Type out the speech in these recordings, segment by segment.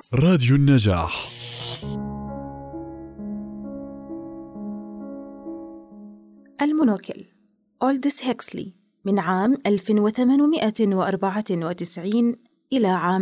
راديو النجاح. المونوكل أولدس هيكسلي من عام 1894 إلى عام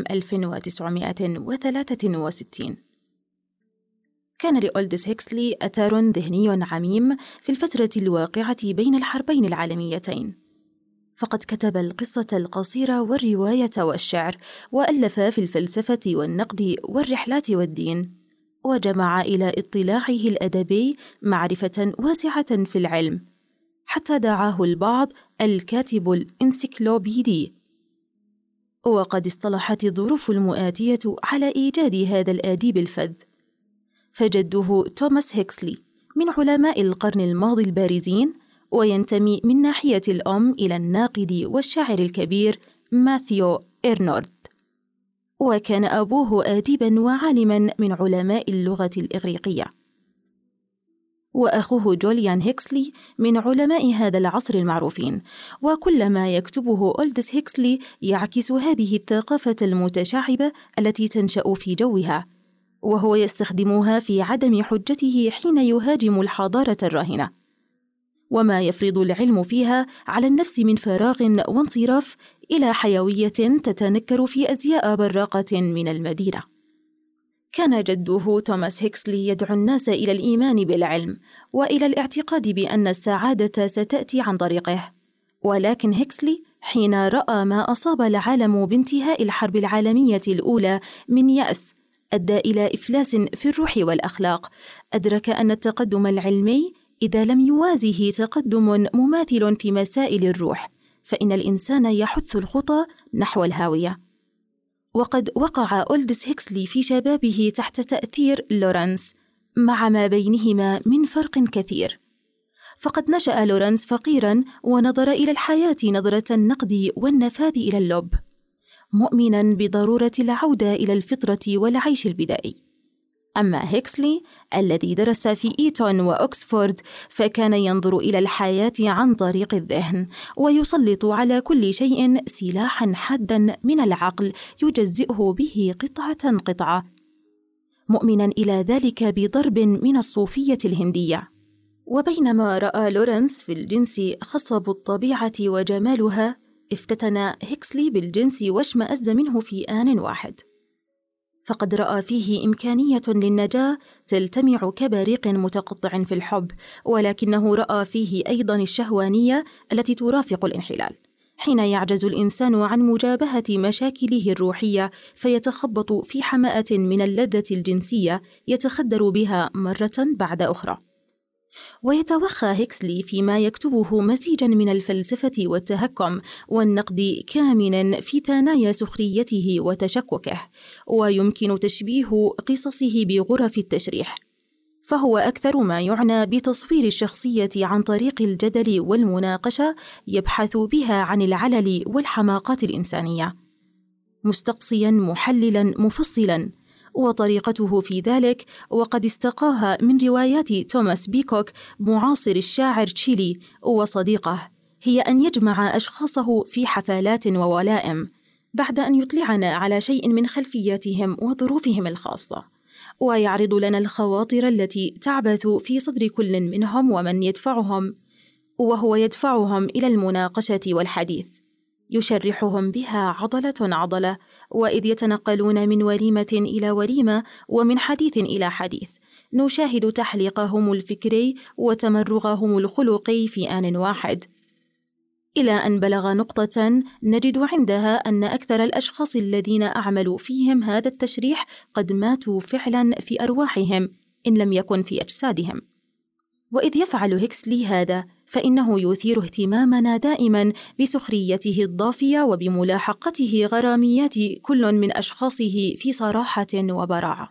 1963. كان لأولدس هيكسلي أثر ذهني عميم في الفترة الواقعة بين الحربين العالميتين، فقد كتب القصة القصيرة والرواية والشعر، وألف في الفلسفة والنقد والرحلات والدين، وجمع إلى اطلاعه الأدبي معرفة واسعة في العلم، حتى دعاه البعض الكاتب الإنسيكلوبيدي. وقد اصطلحت الظروف المؤاتية على إيجاد هذا الأديب الفذ، فجده توماس هيكسلي من علماء القرن الماضي البارزين، وينتمي من ناحية الأم إلى الناقد والشاعر الكبير ماثيو إرنولد، وكان أبوه أديباً وعالماً من علماء اللغة الإغريقية، وأخوه جوليان هيكسلي من علماء هذا العصر المعروفين. وكل ما يكتبه أولدس هيكسلي يعكس هذه الثقافة المتشعبة التي تنشأ في جوها، وهو يستخدمها في عدم حجته حين يهاجم الحضارة الراهنة، وما يفرض العلم فيها على النفس من فراغ وانصراف إلى حيوية تتنكر في أزياء براقة من المدينة. كان جده توماس هيكسلي يدعو الناس إلى الإيمان بالعلم وإلى الاعتقاد بأن السعادة ستأتي عن طريقه، ولكن هيكسلي حين رأى ما أصاب العالم بانتهاء الحرب العالمية الأولى من يأس أدى إلى إفلاس في الروح والأخلاق، أدرك أن التقدم العلمي إذا لم يوازه تقدم مماثل في مسائل الروح، فإن الإنسان يحث الخطى نحو الهاوية. وقد وقع أولدس هيكسلي في شبابه تحت تأثير لورنس، مع ما بينهما من فرق كثير. فقد نشأ لورنس فقيراً ونظر إلى الحياة نظرة النقد والنفاذ إلى اللب، مؤمناً بضرورة العودة إلى الفطرة والعيش البدائي. أما هيكسلي الذي درس في إيتون وأكسفورد فكان ينظر إلى الحياة عن طريق الذهن، ويسلط على كل شيء سلاحاً حاداً من العقل يجزئه به قطعة قطعة، مؤمناً إلى ذلك بضرب من الصوفية الهندية. وبينما رأى لورنس في الجنس خصب الطبيعة وجمالها، افتتن هيكسلي بالجنس واشمأز منه في آن واحد، فقد رأى فيه إمكانية للنجاة تلتمع كبريق متقطع في الحب، ولكنه رأى فيه أيضاً الشهوانية التي ترافق الانحلال، حين يعجز الإنسان عن مجابهة مشاكله الروحية فيتخبط في حماءة من اللذة الجنسية يتخدر بها مرة بعد أخرى. ويتوخى هيكسلي فيما يكتبه مزيجاً من الفلسفة والتهكم والنقد كامناً في ثنايا سخريته وتشككه، ويمكن تشبيه قصصه بغرف التشريح، فهو أكثر ما يعنى بتصوير الشخصية عن طريق الجدل والمناقشة، يبحث بها عن العلل والحماقات الإنسانية، مستقصياً محللاً مفصلاً، وطريقته في ذلك وقد استقاها من روايات توماس بيكوك معاصر الشاعر تشيلي وصديقه، هي أن يجمع أشخاصه في حفلات وولائم بعد أن يطلعنا على شيء من خلفياتهم وظروفهم الخاصة، ويعرض لنا الخواطر التي تعبث في صدر كل منهم ومن يدفعهم، وهو يدفعهم إلى المناقشة والحديث، يشرحهم بها عضلة عضلة، وإذ يتنقلون من وليمة إلى وليمة ومن حديث إلى حديث، نشاهد تحليقهم الفكري وتمرغهم الخلقي في آن واحد، إلى أن بلغ نقطة نجد عندها أن أكثر الأشخاص الذين أعملوا فيهم هذا التشريح قد ماتوا فعلاً في أرواحهم إن لم يكن في أجسادهم. وإذ يفعل هيكسلي هذا فإنه يثير اهتمامنا دائماً بسخريته الضافية وبملاحقته غراميات كل من أشخاصه في صراحة وبراعة.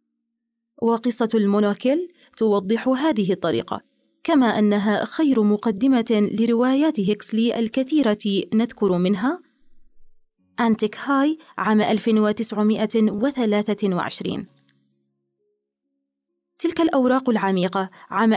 وقصة المونوكل توضح هذه الطريقة، كما أنها خير مقدمة لروايات هيكسلي الكثيرة، نذكر منها أنتيك هاي عام 1923، تلك الأوراق العميقة عام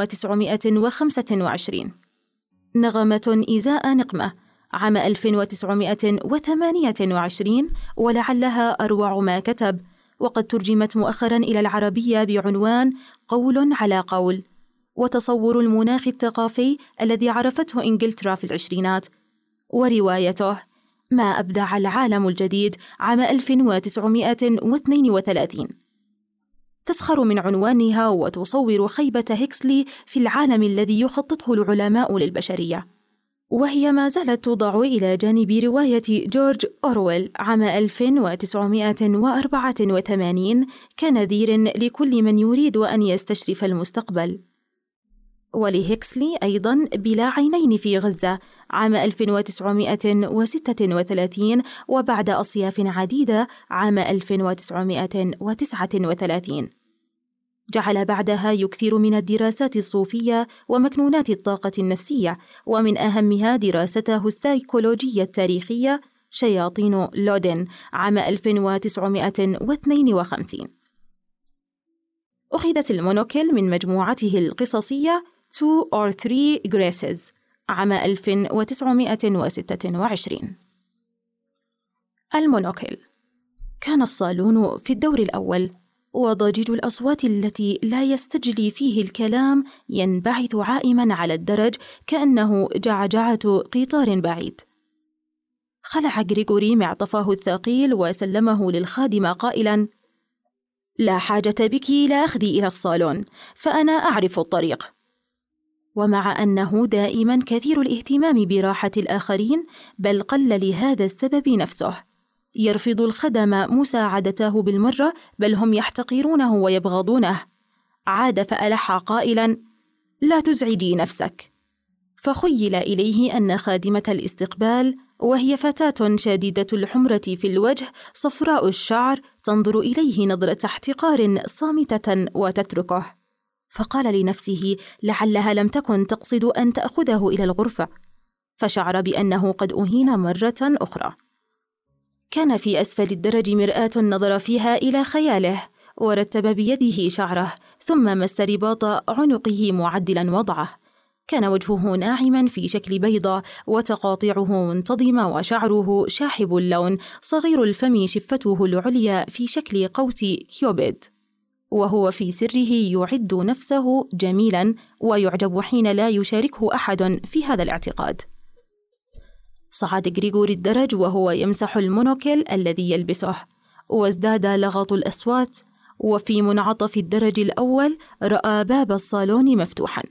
1925، نغمة إزاء نقمة عام 1928، ولعلها أروع ما كتب وقد ترجمت مؤخراً إلى العربية بعنوان قول على قول، وتصور المناخ الثقافي الذي عرفته إنجلترا في العشرينات، وروايته ما أبدع العالم الجديد عام 1932. تسخر من عنوانها وتصور خيبة هيكسلي في العالم الذي يخططه العلماء للبشرية، وهي ما زالت توضع إلى جانب رواية جورج أورويل عام 1984 كنذير لكل من يريد أن يستشرف المستقبل. ولهيكسلي أيضاً بلا عينين في غزة عام 1936 وبعد أصياف عديدة عام 1939. جعل بعدها يكثر من الدراسات الصوفية ومكنونات الطاقة النفسية، ومن أهمها دراسته السيكولوجية التاريخية شياطين لودن عام 1952. أخذت المونوكل من مجموعته القصصية 2 or 3 Graces عام 1926. المونوكل. كان الصالون في الدور الأول، وضجيج الأصوات التي لا يستجلي فيه الكلام ينبعث عائماً على الدرج كأنه جعجعة قطار بعيد. خلع غريغوري معطفه الثقيل وسلمه للخادمة قائلاً: لا حاجة بك لأخذي إلى الصالون، فأنا أعرف الطريق. ومع أنه دائماً كثير الاهتمام براحة الآخرين، بل قل لهذا السبب نفسه، يرفض الخدم مساعدته بالمرة، بل هم يحتقرونه ويبغضونه. عاد فألح قائلاً: لا تزعجي نفسك. فخيل إليه أن خادمة الاستقبال، وهي فتاة شديدة الحمرة في الوجه صفراء الشعر، تنظر إليه نظرة احتقار صامتة وتتركه. فقال لنفسه لعلها لم تكن تقصد أن تأخذه إلى الغرفة، فشعر بأنه قد أهين مرة أخرى. كان في أسفل الدرج مرآة نظر فيها إلى خياله، ورتب بيده شعره، ثم مس رباط عنقه معدلا وضعه. كان وجهه ناعما في شكل بيضة، وتقاطعه منتظمة، وشعره شاحب اللون، صغير الفم، شفته العليا في شكل قوس كيوبيد، وهو في سره يعد نفسه جميلا ويعجب حين لا يشاركه أحد في هذا الاعتقاد. صعد غريغوري الدرج وهو يمسح المونوكل الذي يلبسه، وازداد لغط الأصوات، وفي منعطف الدرج الأول رأى باب الصالون مفتوحا،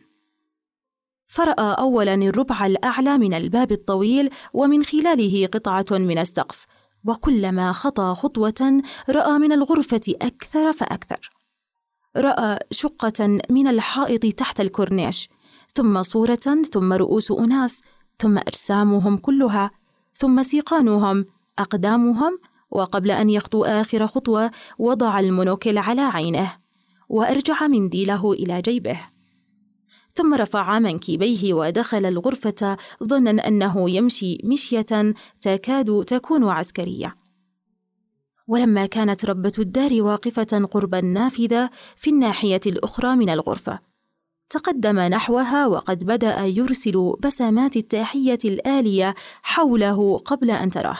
فرأى أولا الربع الأعلى من الباب الطويل، ومن خلاله قطعة من السقف، وكلما خطى خطوة رأى من الغرفة أكثر فأكثر. رأى شقة من الحائط تحت الكورنيش، ثم صورة، ثم رؤوس أناس، ثم أجسامهم كلها، ثم سيقانهم، أقدامهم. وقبل أن يخطو آخر خطوة وضع المونوكل على عينه، وأرجع منديله إلى جيبه، ثم رفع منكبيه ودخل الغرفة ظنا أنه يمشي مشية تكاد تكون عسكرية. ولما كانت ربة الدار واقفة قرب النافذة في الناحية الأخرى من الغرفة، تقدم نحوها وقد بدأ يرسل بسمات التحية الآلية حوله قبل أن تراه.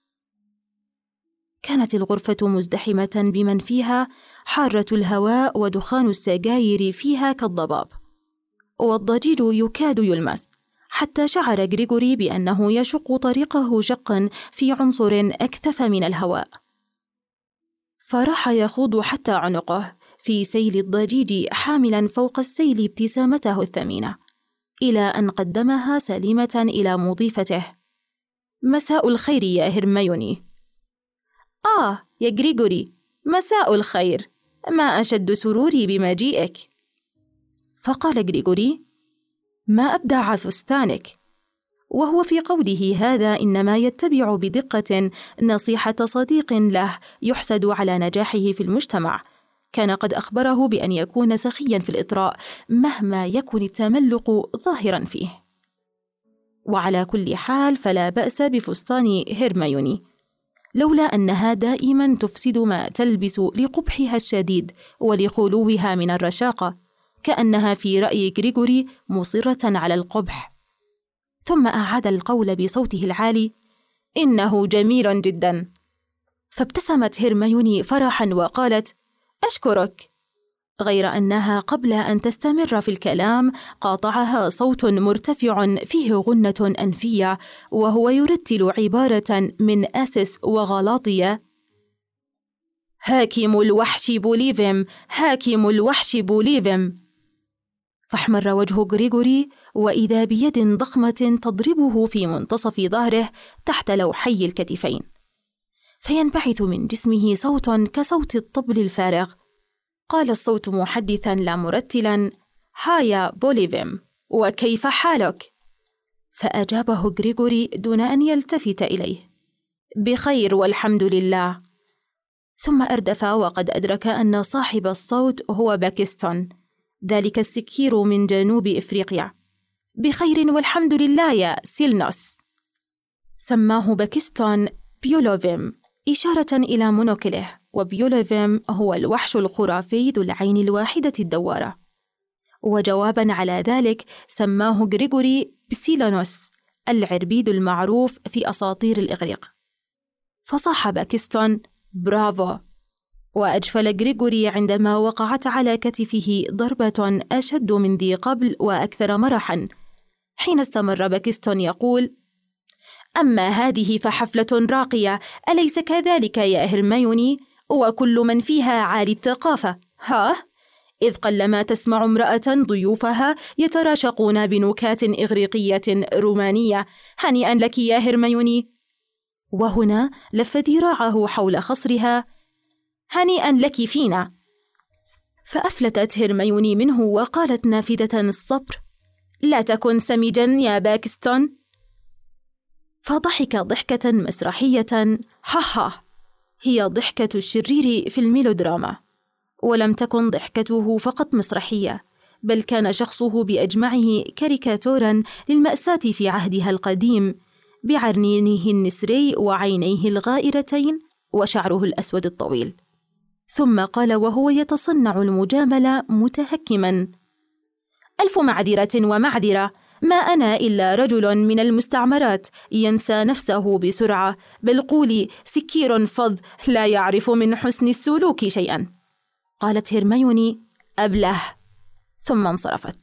كانت الغرفة مزدحمة بمن فيها، حارة الهواء ودخان السجاير فيها كالضباب، والضجيج يكاد يلمس، حتى شعر غريغوري بأنه يشق طريقه شقا في عنصر أكثف من الهواء، فراح يخوض حتى عنقه في سيل الضجيج، حاملا فوق السيل ابتسامته الثمينة، إلى أن قدمها سليمة إلى مضيفته: مساء الخير يا هرميوني. يا غريغوري، مساء الخير، ما أشد سروري بمجيئك. فقال غريغوري: ما أبدع فستانك. وهو في قوله هذا إنما يتبع بدقة نصيحة صديق له يحسد على نجاحه في المجتمع، كان قد أخبره بأن يكون سخيا في الإطراء مهما يكن التملق ظاهرا فيه. وعلى كل حال فلا بأس بفستان هرميوني، لولا أنها دائما تفسد ما تلبس لقبحها الشديد ولخلوها من الرشاقة، كأنها في رأي غريغوري مصرة على القبح. ثم أعاد القول بصوته العالي: إنه جميل جدا. فابتسمت هيرميوني فرحاً وقالت: أشكرك. غير أنها قبل أن تستمر في الكلام قاطعها صوت مرتفع فيه غنة أنفية، وهو يرتل عبارة من آسس وغلاطية: هاكم الوحش بوليفيم، هاكم الوحش بوليفيم. فاحمر وجه غريغوري، وإذا بيد ضخمة تضربه في منتصف ظهره تحت لوحي الكتفين، فينبعث من جسمه صوت كصوت الطبل الفارغ. قال الصوت محدثاً لا مرتلاً: هايا بوليفيم، وكيف حالك؟ فأجابه غريغوري دون أن يلتفت إليه: بخير والحمد لله. ثم أردف وقد أدرك أن صاحب الصوت هو باكستون، ذلك السكير من جنوب إفريقيا. بخير والحمد لله يا سيلنوس. سماه باكستون بيولوفيم إشارة إلى مونوكله، وبيولوفيم هو الوحش الخرافي ذو العين الواحدة الدوارة. وجواباً على ذلك سماه غريغوري بسيلونوس، العربيد المعروف في أساطير الإغريق. فصاح باكستون: برافو. وأجفل غريغوري عندما وقعت على كتفه ضربة أشد من ذي قبل وأكثر مرحاً، حين استمر باكستون يقول: أما هذه فحفلة راقية، أليس كذلك يا هيرميوني؟ وكل من فيها عالي الثقافة، ها؟ إذ قلما تسمع امرأة ضيوفها يتراشقون بنكات إغريقية رومانية. هنيئا لك يا هيرميوني. وهنا لف ذراعه حول خصرها: هنيئا لك فينا. فأفلتت هيرميوني منه وقالت نافذة الصبر: لا تكن سمجا يا باكستون. فضحك ضحكة مسرحية: ها، هي ضحكة الشرير في الميلودراما. ولم تكن ضحكته فقط مسرحية، بل كان شخصه بأجمعه كاريكاتورا للمأساة في عهدها القديم، بعرنينه النسري وعينيه الغائرتين وشعره الأسود الطويل. ثم قال وهو يتصنع المجاملة متهكما: ألف معذرة ومعذرة، ما أنا إلا رجل من المستعمرات ينسى نفسه بسرعة، بل قولي سكير فظ لا يعرف من حسن السلوك شيئا. قالت هيرميوني: أبله. ثم انصرفت.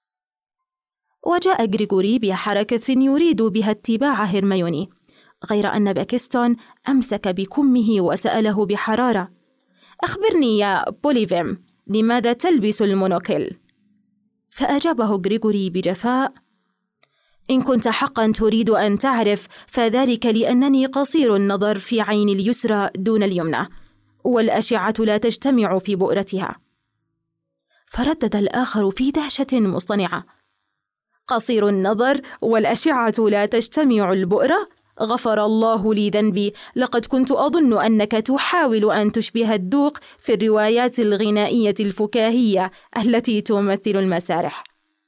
وجاء غريغوري بحركة يريد بها اتباع هيرميوني، غير أن باكستون أمسك بكمه وسأله بحرارة: أخبرني يا بوليفيم، لماذا تلبس المونوكل؟ فأجابه غريغوري بجفاء: إن كنت حقا تريد أن تعرف، فذلك لأنني قصير النظر في عيني اليسرى دون اليمنى، والأشعة لا تجتمع في بؤرتها. فردد الآخر في دهشة مصطنعة: قصير النظر والأشعة لا تجتمع البؤرة؟ غفر الله لي ذنبي، لقد كنت أظن أنك تحاول أن تشبه الدوق في الروايات الغنائية الفكاهية التي تمثل المسارح.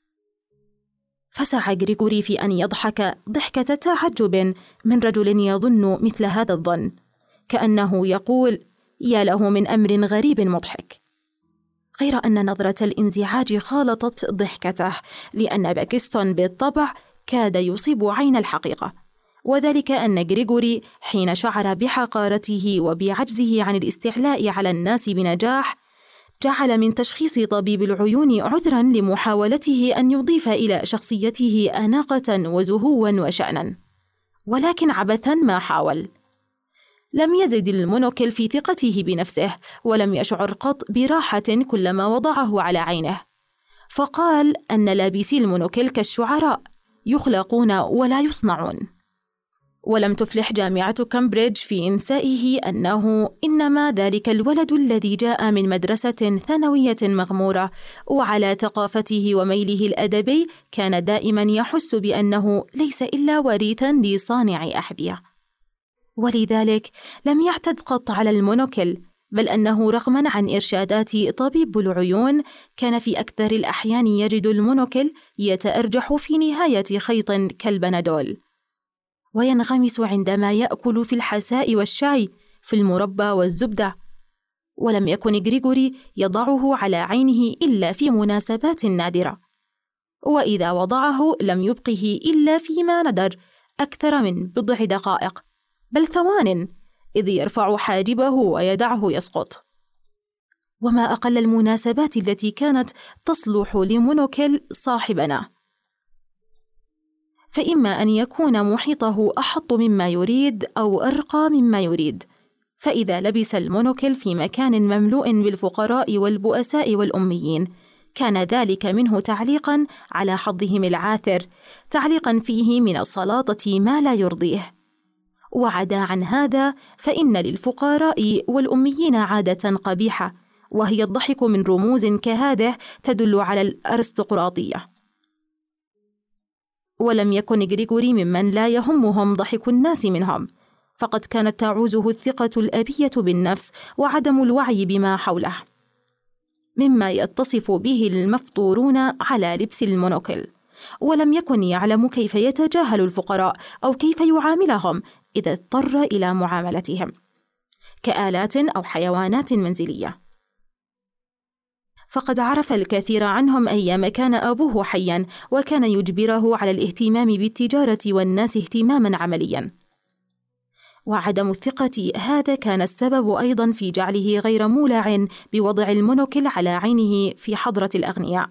فسعى غريغوري في أن يضحك ضحكة تعجب من رجل يظن مثل هذا الظن، كأنه يقول: يا له من أمر غريب مضحك. غير أن نظرة الانزعاج خالطت ضحكته، لأن باكستون بالطبع كاد يصيب عين الحقيقة، وذلك أن غريغوري حين شعر بحقارته وبعجزه عن الاستعلاء على الناس بنجاح، جعل من تشخيص طبيب العيون عذراً لمحاولته أن يضيف إلى شخصيته أناقة وزهوا وشأناً، ولكن عبثاً ما حاول. لم يزد المونوكل في ثقته بنفسه، ولم يشعر قط براحة كلما وضعه على عينه، فقال أن لابسي المونوكل كالشعراء، يخلقون ولا يصنعون. ولم تفلح جامعة كامبريدج في إنسائه أنه إنما ذلك الولد الذي جاء من مدرسة ثانوية مغمورة، وعلى ثقافته وميله الأدبي كان دائما يحس بأنه ليس إلا وريثا لصانع أحذية، ولذلك لم يعتد قط على المونوكل، بل أنه رغما عن إرشادات طبيب العيون كان في أكثر الأحيان يجد المونوكل يتأرجح في نهاية خيط كالبنادول، وينغمس عندما يأكل في الحساء والشاي، في المربى والزبدة. ولم يكن غريغوري يضعه على عينه إلا في مناسبات نادرة، وإذا وضعه لم يبقه إلا فيما ندر أكثر من بضع دقائق بل ثوان، إذ يرفع حاجبه ويدعه يسقط. وما أقل المناسبات التي كانت تصلح لمونوكل صاحبنا، فإما أن يكون محيطه أحط مما يريد أو أرقى مما يريد، فإذا لبس المونوكل في مكان مملوء بالفقراء والبؤساء والأميين كان ذلك منه تعليقاً على حظهم العاثر، تعليقاً فيه من السلاطة ما لا يرضيه. وعدا عن هذا فإن للفقراء والأميين عادة قبيحة، وهي الضحك من رموز كهذه تدل على الأرستقراطية. ولم يكن غريغوري ممن لا يهمهم ضحك الناس منهم، فقد كانت تعوزه الثقة الأبية بالنفس وعدم الوعي بما حوله، مما يتصف به المفطورون على لبس المونوكل، ولم يكن يعلم كيف يتجاهل الفقراء أو كيف يعاملهم إذا اضطر إلى معاملتهم كآلات أو حيوانات منزلية. فقد عرف الكثير عنهم أيام كان أبوه حياً، وكان يجبره على الاهتمام بالتجارة والناس اهتماماً عملياً. وعدم الثقة هذا كان السبب أيضاً في جعله غير مولع بوضع المونوكل على عينه في حضرة الأغنياء،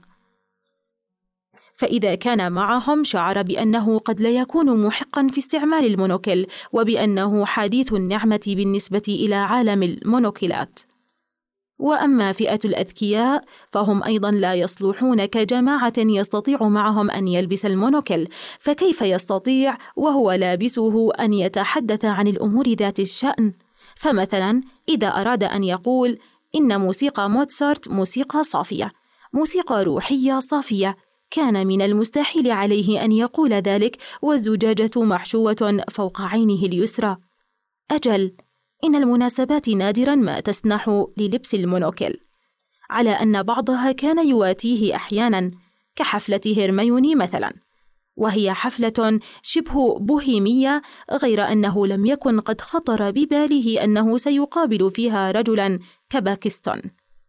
فإذا كان معهم شعر بأنه قد لا يكون محقاً في استعمال المونوكل، وبأنه حديث النعمة بالنسبة إلى عالم المونوكلات. وأما فئة الأذكياء فهم أيضاً لا يصلحون كجماعة يستطيع معهم أن يلبس المونوكل، فكيف يستطيع وهو لابسه أن يتحدث عن الأمور ذات الشأن؟ فمثلاً إذا أراد أن يقول إن موسيقى موتسارت موسيقى صافية، موسيقى روحية صافية، كان من المستحيل عليه أن يقول ذلك والزجاجة محشوة فوق عينه اليسرى. أجل، إن المناسبات نادراً ما تسنح للبس المونوكل، على أن بعضها كان يواتيه أحياناً، كحفلة هيرميوني مثلاً، وهي حفلة شبه بوهيمية، غير أنه لم يكن قد خطر بباله أنه سيقابل فيها رجلاً كباكستون.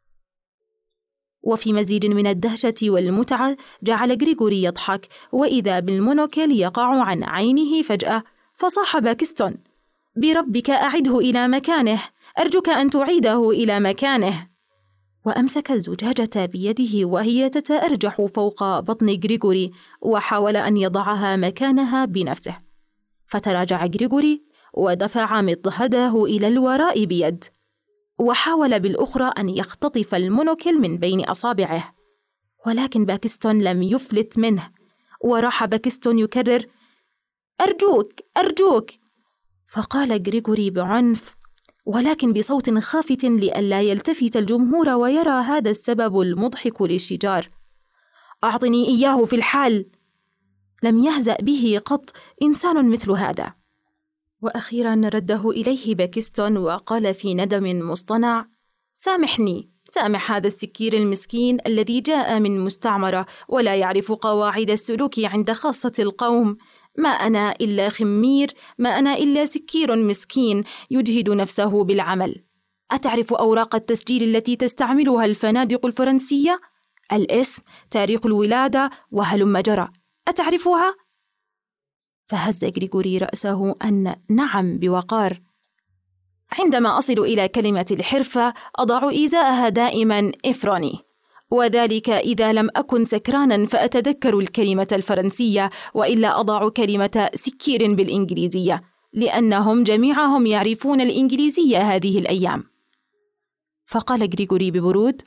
وفي مزيج من الدهشة والمتعة جعل غريغوري يضحك، وإذا بالمونوكل يقع عن عينه فجأة، فصاح باكستون: بربك أعده إلى مكانه، أرجوك أن تعيده إلى مكانه. وأمسك الزجاجة بيده وهي تتأرجح فوق بطن غريغوري، وحاول أن يضعها مكانها بنفسه، فتراجع غريغوري ودفع مضهده إلى الوراء بيد، وحاول بالأخرى أن يختطف المونوكل من بين أصابعه، ولكن باكستون لم يفلت منه، وراح باكستون يكرر: أرجوك أرجوك. فقال غريغوري بعنف ولكن بصوت خافت لئلا يلتفت الجمهور ويرى هذا السبب المضحك للشجار: أعطني إياه في الحال. لم يهزأ به قط إنسان مثل هذا. وأخيراً رده إليه باكستون وقال في ندم مصطنع: سامحني، سامح هذا السكير المسكين الذي جاء من مستعمرة ولا يعرف قواعد السلوك عند خاصة القوم. ما أنا إلا خمير، ما أنا إلا سكير مسكين يجهد نفسه بالعمل. أتعرف أوراق التسجيل التي تستعملها الفنادق الفرنسية؟ الاسم، تاريخ الولادة، وهلم جرى، أتعرفها؟ فهز غريغوري رأسه أن نعم بوقار. عندما أصل إلى كلمة الحرفة أضع إزاءها دائما إفراني، وذلك إذا لم أكن سكرانا فأتذكر الكلمة الفرنسية، وإلا أضع كلمة سكير بالإنجليزية، لأنهم جميعهم يعرفون الإنجليزية هذه الأيام. فقال غريغوري ببرود: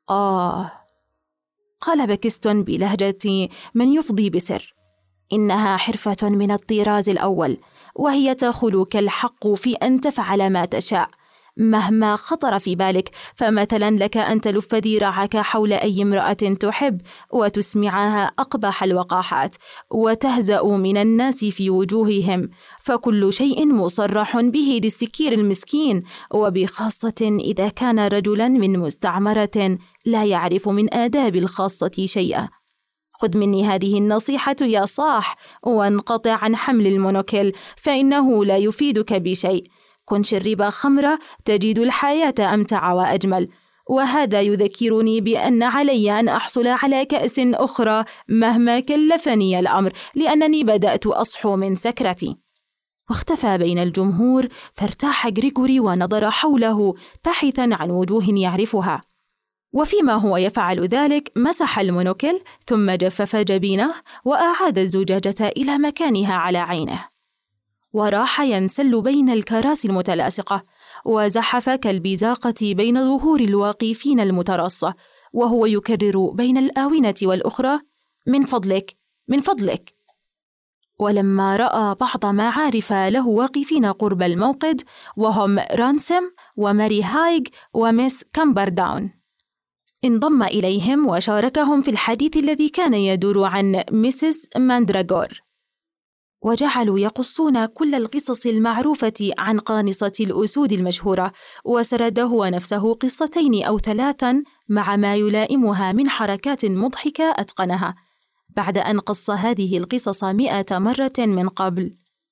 قال باكستون بلهجة من يفضي بسر: إنها حرفة من الطراز الأول، وهي تخلك الحق في أن تفعل ما تشاء مهما خطر في بالك. فمثلا لك أن تلف ذراعك حول أي امرأة تحب وتسمعها أقبح الوقاحات وتهزأ من الناس في وجوههم، فكل شيء مصرح به للسكير المسكين، وبخاصة إذا كان رجلا من مستعمرة لا يعرف من آداب الخاصة شيئا. خذ مني هذه النصيحة يا صاح، وانقطع عن حمل المونوكل، فإنه لا يفيدك بشيء. كن شرب خمرة تجد الحياة أمتع وأجمل. وهذا يذكرني بأن علي أن أحصل على كأس أخرى مهما كلفني الأمر، لأنني بدأت أصحو من سكرتي. واختفى بين الجمهور، فارتاح غريغوري ونظر حوله باحثاً عن وجوه يعرفها. وفيما هو يفعل ذلك مسح المونوكل ثم جفف جبينه وأعاد الزجاجة إلى مكانها على عينه، وراح ينسل بين الكراسي المتلاصقة وزحف كالبزاقة بين ظهور الواقفين المتراصة، وهو يكرر بين الآونة والأخرى: من فضلك، من فضلك. ولما رأى بعض معارف له واقفين قرب الموقد، وهم رانسم وماري هايغ وميس كامبرداون، انضم إليهم وشاركهم في الحديث الذي كان يدور عن ميسيس ماندراغور، وجعلوا يقصون كل القصص المعروفة عن قانصة الأسود المشهورة، وسرد هو نفسه قصتين أو ثلاثاً مع ما يلائمها من حركات مضحكة أتقنها، بعد أن قص هذه القصص 100 مرة من قبل.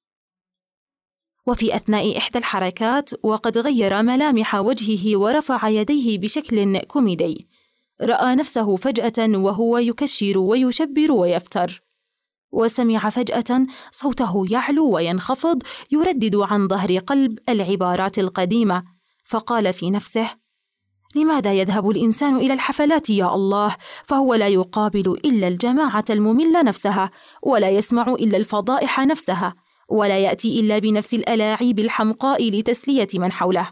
وفي أثناء إحدى الحركات وقد غير ملامح وجهه ورفع يديه بشكل كوميدي، رأى نفسه فجأة وهو يكشر ويشبر ويفتر، وسمع فجأة صوته يعلو وينخفض يردد عن ظهر قلب العبارات القديمة، فقال في نفسه: لماذا يذهب الإنسان إلى الحفلات يا الله؟ فهو لا يقابل إلا الجماعة المملة نفسها، ولا يسمع إلا الفضائح نفسها، ولا يأتي إلا بنفس الألاعيب الحمقاء لتسلية من حوله.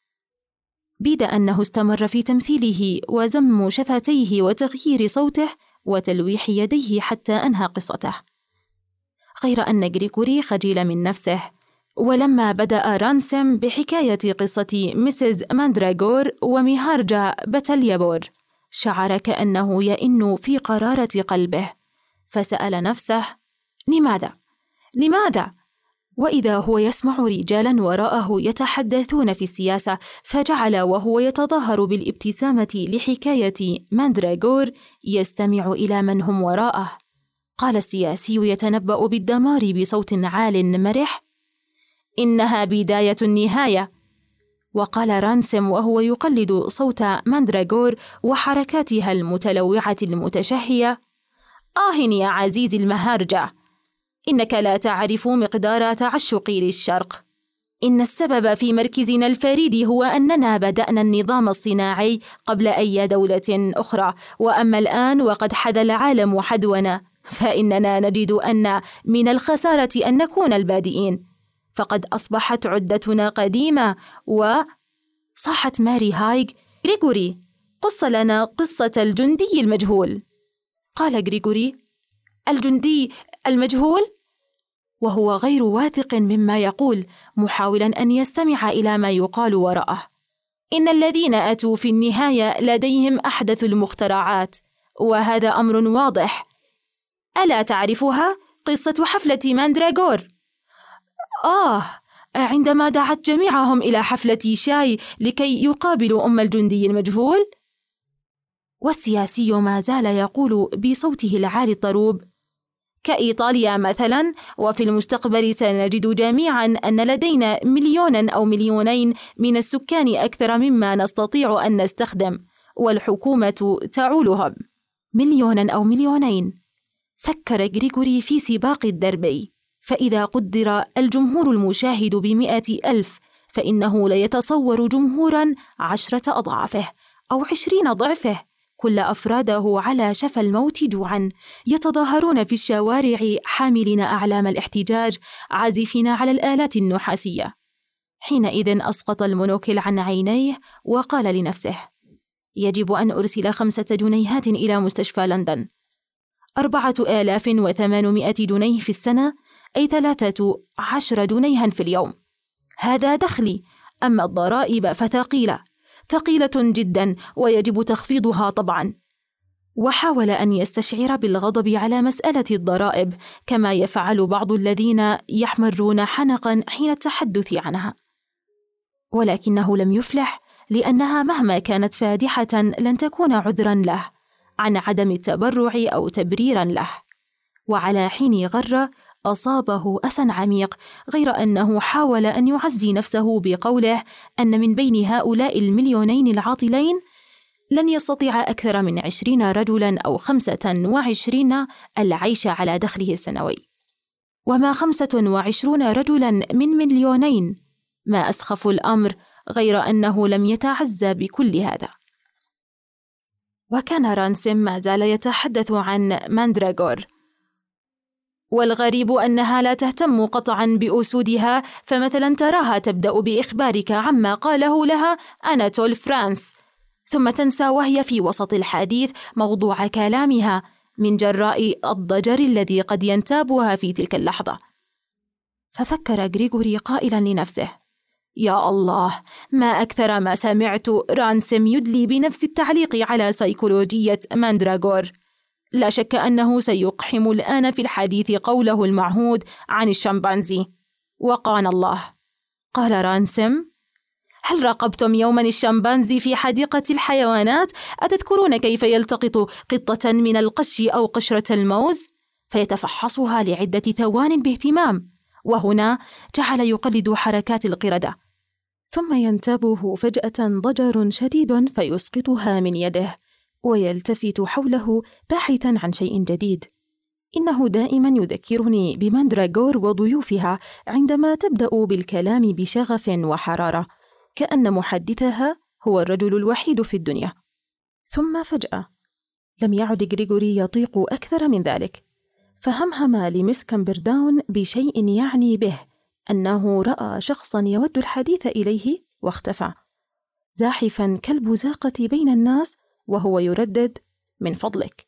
بيد أنه استمر في تمثيله وزم شفتيه وتغيير صوته وتلويح يديه حتى أنهى قصته، غير أن غريغوري خجل من نفسه. ولما بدأ رانسم بحكاية قصة ميسيز ماندراغور ومهارجا باتليابور، شعر كأنه يئن في قرارة قلبه، فسأل نفسه: لماذا؟ لماذا؟ وإذا هو يسمع رجالاً وراءه يتحدثون في السياسة، فجعل وهو يتظاهر بالابتسامة لحكاية ماندراغور يستمع إلى من هم وراءه. قال السياسي يتنبأ بالدمار بصوت عال مرح: إنها بداية النهاية. وقال رانسم وهو يقلد صوت ماندراغور وحركاتها المتلوعة المتشهية: آه يا عزيزي المهارجة، إنك لا تعرف مقدار تعشقي للشرق. إن السبب في مركزنا الفريد هو أننا بدأنا النظام الصناعي قبل أي دولة أخرى، وأما الآن وقد حذا العالم حذونا، فإننا نجد أن من الخسارة أن نكون البادئين، فقد أصبحت عدتنا قديمة. صاحت ماري هايغ: غريغوري، قص لنا قصة الجندي المجهول. قال غريغوري: الجندي المجهول؟ وهو غير واثق مما يقول، محاولا أن يستمع إلى ما يقال وراءه. إن الذين أتوا في النهاية لديهم أحدث المخترعات، وهذا أمر واضح. ألا تعرفها؟ قصة حفلة ماندراغور. عندما دعت جميعهم إلى حفلة شاي لكي يقابلوا أم الجندي المجهول. والسياسي ما زال يقول بصوته العالي الطروب: كإيطاليا مثلاً، وفي المستقبل سنجد جميعاً أن لدينا 1,000,000 أو 2,000,000 من السكان أكثر مما نستطيع أن نستخدم، والحكومة تعولهم. 1,000,000 أو 2,000,000. فكر غريغوري في سباق الدربي، فإذا قدر الجمهور المشاهد ب100,000، فإنه ليتصور جمهوراً 10 أضعافه أو 20 ضعفه، كل أفراده على شفا الموت جوعاً، يتظاهرون في الشوارع حاملين أعلام الاحتجاج، عازفين على الآلات النحاسية. حينئذ أسقط المونوكل عن عينيه وقال لنفسه: يجب أن أرسل 5 جنيهات إلى مستشفى لندن، 4,800 جنيه في السنة، أي 13 جنيها في اليوم. هذا دخلي، أما الضرائب فثقيلة جدا، ويجب تخفيضها طبعا. وحاول أن يستشعر بالغضب على مسألة الضرائب، كما يفعل بعض الذين يحمرون حنقا حين التحدث عنها، ولكنه لم يفلح، لأنها مهما كانت فادحة لن تكون عذرا له عن عدم التبرع أو تبريرا له. وعلى حين غر أصابه أسى عميق، غير أنه حاول أن يعزي نفسه بقوله أن من بين هؤلاء 2,000,000 العاطلين لن يستطيع أكثر من 20 رجلاً أو 25 العيش على دخله السنوي. وما 25 رجلاً من 2,000,000. ما أسخف الأمر غير أنه لم يتعزى بكل هذا. وكان رانسم ما زال يتحدث عن ماندراغور، والغريب أنها لا تهتم قطعاً بأسودها، فمثلاً تراها تبدأ بإخبارك عما قاله لها أناتول فرانس، ثم تنسى وهي في وسط الحديث موضوع كلامها من جراء الضجر الذي قد ينتابها في تلك اللحظة. ففكر غريغوري قائلاً لنفسه: يا الله، ما أكثر ما سمعت رانسم يدلي بنفس التعليق على سيكولوجية ماندراغور. لا شك أنه سيقحم الآن في الحديث قوله المعهود عن الشمبانزي. وقان الله. قال رانسم: هل راقبتم يوما الشمبانزي في حديقة الحيوانات؟ أتذكرون كيف يلتقط قطة من القش أو قشرة الموز فيتفحصها لعدة ثوان باهتمام، وهنا جعل يقلد حركات القردة، ثم ينتابه فجأة ضجر شديد فيسقطها من يده ويلتفت حوله باحثا عن شيء جديد. إنه دائما يذكرني بماندراغور وضيوفها عندما تبدأ بالكلام بشغف وحرارة، كأن محدثها هو الرجل الوحيد في الدنيا. ثم فجأة لم يعد غريغوري يطيق أكثر من ذلك، فهمهم لمس كامبرداون بشيء يعني به أنه رأى شخصا يود الحديث إليه واختفى، زاحفا كالبزاقة بين الناس وهو يردد: من فضلك.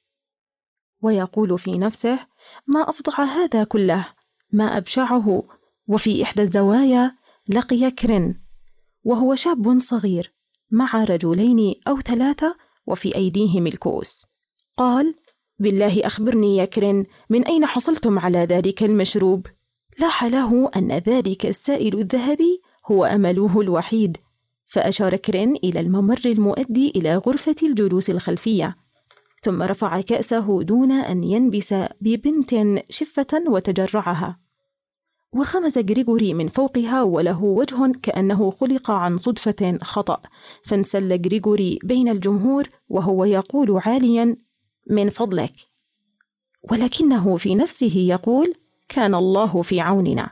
ويقول في نفسه: ما أفضع هذا كله، ما أبشعه. وفي إحدى الزوايا لقي كرين، وهو شاب صغير مع رجلين أو 3 وفي أيديهم الكؤوس. قال: بالله أخبرني يا كرين، من أين حصلتم على ذلك المشروب؟ لاح له أن ذلك السائل الذهبي هو أمله الوحيد، فأشار كرين إلى الممر المؤدي إلى غرفة الجلوس الخلفية، ثم رفع كأسه دون أن ينبس ببنت شفة وتجرعها، وخمز غريغوري من فوقها وله وجه كأنه خلق عن صدفة خطأ، فانسل غريغوري بين الجمهور وهو يقول عاليا: من فضلك، ولكنه في نفسه يقول: كان الله في عوننا.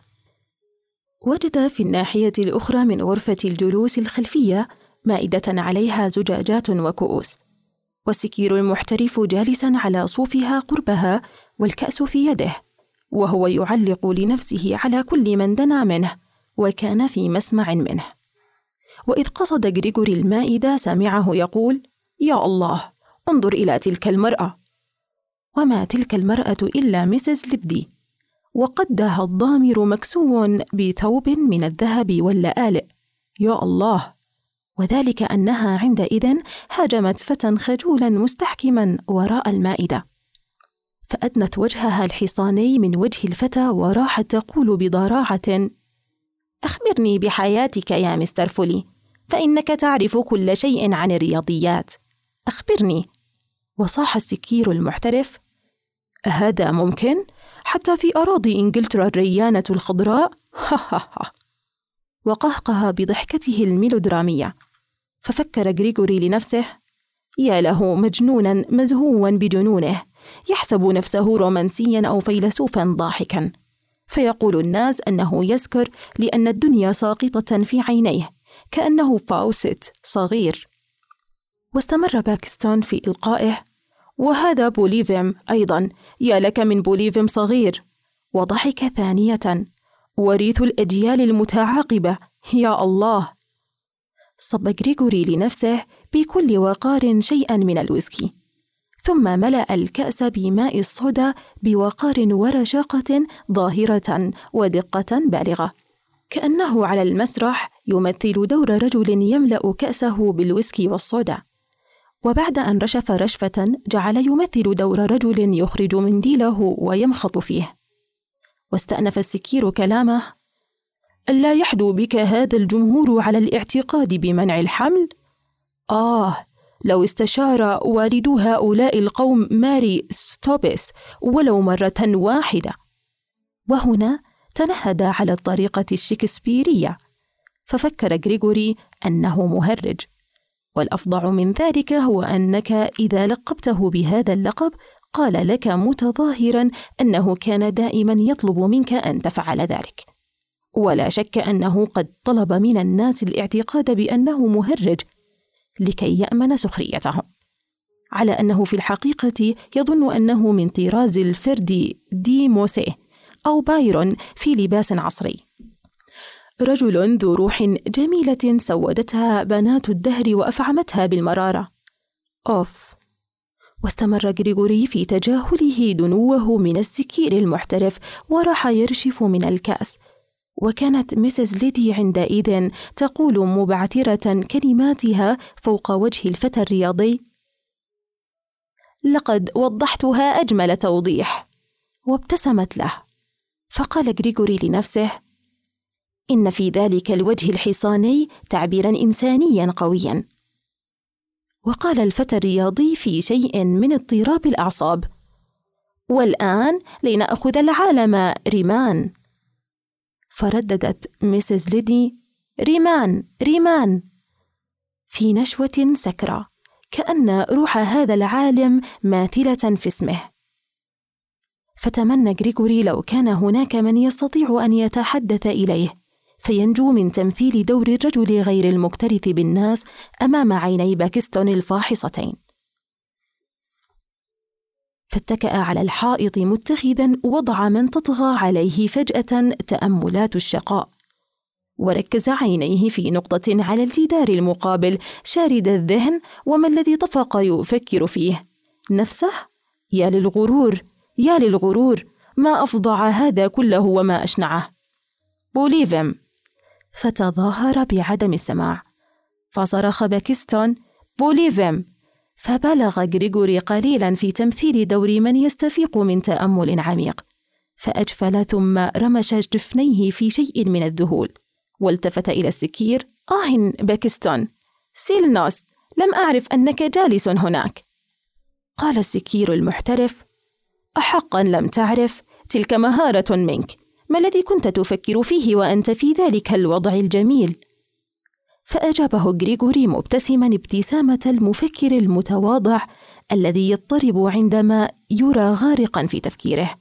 وجد في الناحية الأخرى من غرفة الجلوس الخلفية مائدة عليها زجاجات وكؤوس، والسكير المحترف جالسا على صوفها قربها والكأس في يده، وهو يعلق لنفسه على كل من دنا منه وكان في مسمع منه. وإذ قصد غريغوري المائدة سمعه يقول: يا الله، انظر إلى تلك المرأة. وما تلك المرأة إلا ميسيس ليبدي، وقدها الضامر مكسو بثوب من الذهب واللآلئ. يا الله، وذلك أنها عندئذ هاجمت فتى خجولا مستحكما وراء المائدة، فأدنت وجهها الحصاني من وجه الفتى وراحت تقول بضراعة: أخبرني بحياتك يا مستر فولي، فإنك تعرف كل شيء عن الرياضيات، أخبرني. وصاح السكير المحترف: هذا ممكن؟ حتى في أراضي إنجلترا الريانة الخضراء؟ وقهقه بضحكته الميلودرامية. ففكر غريغوري لنفسه: يا له مجنونا مزهوا بجنونه، يحسب نفسه رومانسيا أو فيلسوفا ضاحكا، فيقول الناس أنه يسكر لأن الدنيا ساقطة في عينيه كأنه فاوست صغير. واستمر باكستون في إلقائه: وهذا بوليفيم أيضا، يا لك من بوليفيم صغير. وضحك ثانية: وريث الأجيال المتعاقبة، يا الله. صب غريغوري لنفسه بكل وقار شيئا من الويسكي، ثم ملأ الكأس بماء الصودا بوقار ورشاقة ظاهرة ودقة بالغة، كأنه على المسرح يمثل دور رجل يملأ كأسه بالويسكي والصودا، وبعد أن رشف رشفة جعل يمثل دور رجل يخرج منديله ويمخط فيه. واستأنف السكير كلامه: ألا يحدو بك هذا الجمهور على الاعتقاد بمنع الحمل؟ لو استشار والدو هؤلاء القوم ماري ستوبس ولو مرة واحدة. وهنا تنهد على الطريقة الشكسبيرية، ففكر غريغوري أنه مهرج، والأفظع من ذلك هو أنك إذا لقبته بهذا اللقب قال لك متظاهرا أنه كان دائما يطلب منك أن تفعل ذلك، ولا شك أنه قد طلب من الناس الاعتقاد بأنه مهرج لكي يأمن سخريتهم، على أنه في الحقيقة يظن أنه من طراز الفرد دي موسيه أو بايرون في لباس عصري، رجل ذو روح جميلة سودتها بنات الدهر وأفعمتها بالمرارة. أوف. واستمر غريغوري في تجاهله دنوه من السكير المحترف، وراح يرشف من الكأس، وكانت ميسيس ليدي عندئذ تقول مبعثرة كلماتها فوق وجه الفتى الرياضي: لقد وضحتها أجمل توضيح. وابتسمت له، فقال غريغوري لنفسه: إن في ذلك الوجه الحصاني تعبيرا إنسانيا قويا. وقال الفتى الرياضي في شيء من اضطراب الأعصاب: والآن لنأخذ العالم ريمان. فرددت ميسيس ليدي: ريمان ريمان، في نشوة سكرة، كأن روح هذا العالم ماثلة في اسمه. فتمنى غريغوري لو كان هناك من يستطيع أن يتحدث إليه فينجو من تمثيل دور الرجل غير المكترث بالناس أمام عيني باكستون الفاحصتين. فاتكأ على الحائط متخذا وضع من تطغى عليه فجأة تأملات الشقاء، وركز عينيه في نقطة على الجدار المقابل شارد الذهن، وما الذي طفق يفكر فيه؟ نفسه؟ يا للغرور يا للغرور، ما أفضع هذا كله وما أشنعه. بوليفم. فتظاهر بعدم السماع، فصرخ باكستون: بوليفم. فبلغ غريغوري قليلا في تمثيل دور من يستفيق من تأمل عميق، فأجفل ثم رمش جفنيه في شيء من الذهول، والتفت إلى السكير: باكستون، سيلنوس، لم أعرف أنك جالس هناك. قال السكير المحترف: أحقا لم تعرف؟ تلك مهارة منك. ما الذي كنت تفكر فيه وأنت في ذلك الوضع الجميل؟ فأجابه غريغوري مبتسما ابتسامة المفكر المتواضع الذي يضطرب عندما يرى غارقا في تفكيره: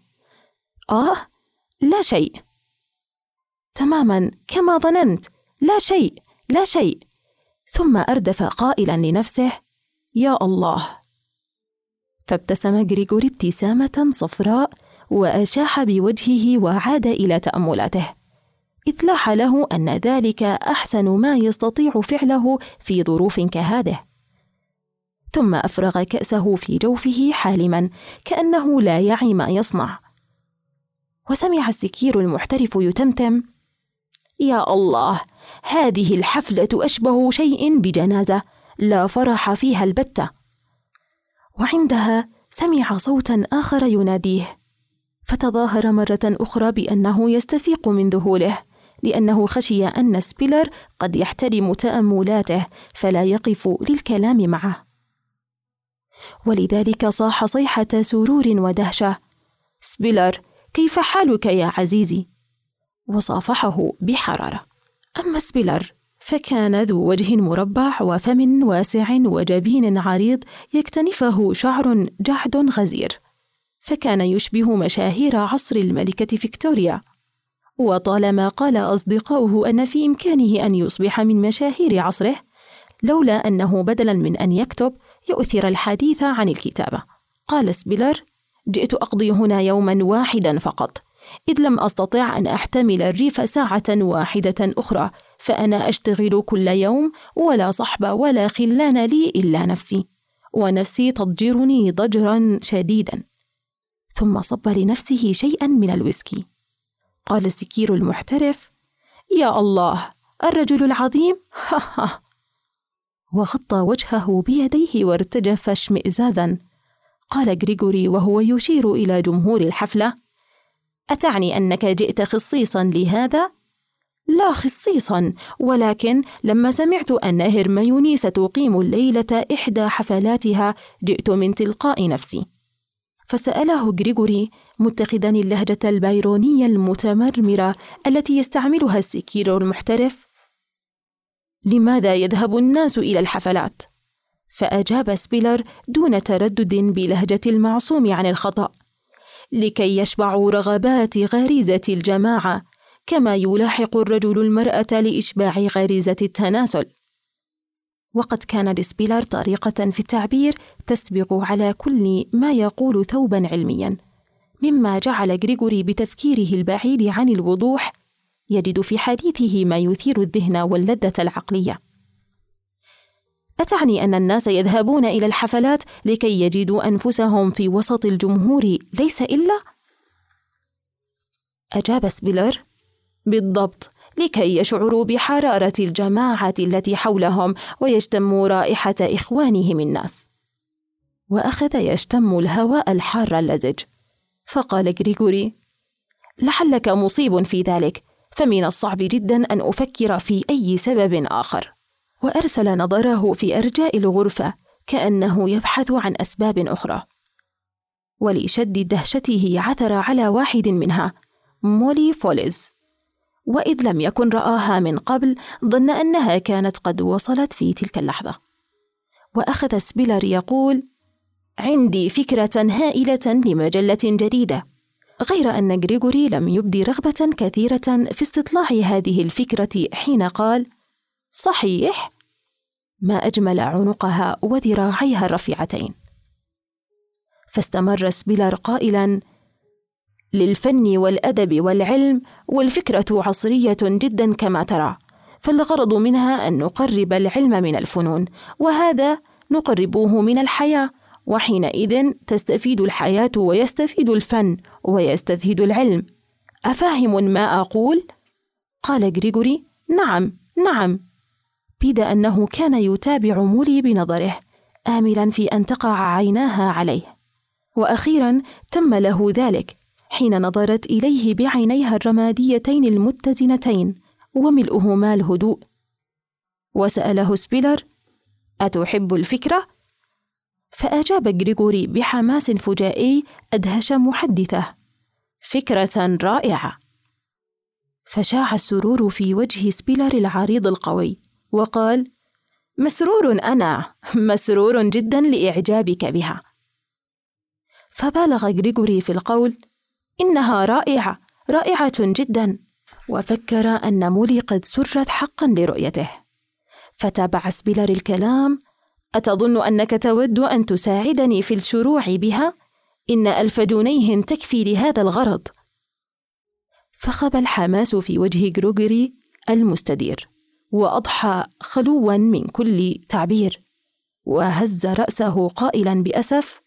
لا شيء. تماما كما ظننت، لا شيء لا شيء. ثم أردف قائلا لنفسه: يا الله. فابتسم غريغوري ابتسامة صفراء وأشاح بوجهه وعاد إلى تأملاته، إذ لاح له أن ذلك أحسن ما يستطيع فعله في ظروف كهذه. ثم أفرغ كأسه في جوفه حالما كأنه لا يعي ما يصنع، وسمع السكير المحترف يتمتم: يا الله، هذه الحفلة أشبه شيء بجنازة لا فرح فيها البتة. وعندها سمع صوتا آخر يناديه، فتظاهر مرة أخرى بأنه يستفيق من ذهوله، لأنه خشي أن سبيلر قد يحترم تأملاته فلا يقف للكلام معه، ولذلك صاح صيحة سرور ودهشة: سبيلر، كيف حالك يا عزيزي؟ وصافحه بحرارة. أما سبيلر فكان ذو وجه مربع وفم واسع وجبين عريض يكتنفه شعر جعد غزير، فكان يشبه مشاهير عصر الملكة فيكتوريا. وطالما قال أصدقاؤه أن في إمكانه أن يصبح من مشاهير عصره، لولا أنه بدلا من أن يكتب يؤثر الحديث عن الكتابة. قال سبيلر: جئت أقضي هنا يوما واحدا فقط، إذ لم أستطع أن أحتمل الريف ساعة واحدة أخرى، فأنا أشتغل كل يوم، ولا صحب ولا خلان لي إلا نفسي، ونفسي تضجرني ضجرا شديدا. ثم صب لنفسه شيئا من الويسكي. قال السكير المحترف: يا الله، الرجل العظيم. وغطى وجهه بيديه وارتجف اشمئزازا. قال غريغوري وهو يشير إلى جمهور الحفلة: أتعني أنك جئت خصيصا لهذا؟ لا خصيصا، ولكن لما سمعت أن هرميوني ستقيم الليلة إحدى حفلاتها جئت من تلقاء نفسي. فسأله غريغوري متخذا اللهجة البايرونية المتمرمرة التي يستعملها السكير المحترف: لماذا يذهب الناس إلى الحفلات؟ فأجاب سبيلر دون تردد بلهجة المعصوم عن الخطأ: لكي يشبعوا رغبات غريزة الجماعة، كما يلاحق الرجل المرأة لإشباع غريزة التناسل. وقد كان لسبيلر طريقة في التعبير تسبق على كل ما يقول ثوبا علميا، مما جعل غريغوري بتفكيره البعيد عن الوضوح يجد في حديثه ما يثير الذهن واللذة العقلية. أتعني أن الناس يذهبون إلى الحفلات لكي يجدوا أنفسهم في وسط الجمهور ليس إلا؟ أجاب سبيلر: بالضبط، لكي يشعروا بحرارة الجماعة التي حولهم ويشتموا رائحة إخوانهم الناس. وأخذ يشتم الهواء الحار اللزج، فقال غريغوري: لعلك مصيب في ذلك، فمن الصعب جدا أن أفكر في أي سبب آخر. وأرسل نظره في أرجاء الغرفة كأنه يبحث عن أسباب أخرى، ولشد دهشته عثر على واحد منها، مولي فوليز، وإذ لم يكن رآها من قبل ظن أنها كانت قد وصلت في تلك اللحظة. وأخذ سبيلر يقول: عندي فكرة هائلة لمجلة جديدة، غير أن غريغوري لم يبدي رغبة كثيرة في استطلاع هذه الفكرة حين قال: صحيح؟ ما أجمل عنقها وذراعيها الرفيعتين. فاستمر سبيلر قائلاً: للفن والأدب والعلم، والفكرة عصرية جداً كما ترى، فالغرض منها أن نقرب العلم من الفنون، وهذا نقربه من الحياة، وحينئذ تستفيد الحياة ويستفيد الفن ويستفيد العلم. أفاهم ما أقول؟ قال غريغوري: نعم نعم، بيد أنه كان يتابع مولي بنظره، آملاً في أن تقع عيناها عليه. وأخيراً تم له ذلك حين نظرت إليه بعينيها الرماديتين المتزنتين وملؤهما الهدوء. وسأله سبيلر: أتحب الفكرة؟ فأجاب غريغوري بحماس فجائي أدهش محدثه: فكرة رائعة. فشاع السرور في وجه سبيلر العريض القوي، وقال: مسرور جدا لإعجابك بها. فبالغ غريغوري في القول: إنها رائعة جدا، وفكر أن مولي قد سرت حقا لرؤيته. فتابع سبيلر الكلام: أتظن أنك تود أن تساعدني في الشروع بها؟ إن 1000 جنيه تكفي لهذا الغرض. فخب الحماس في وجه غريغوري المستدير، وأضحى خلوا من كل تعبير، وهز رأسه قائلا بأسف: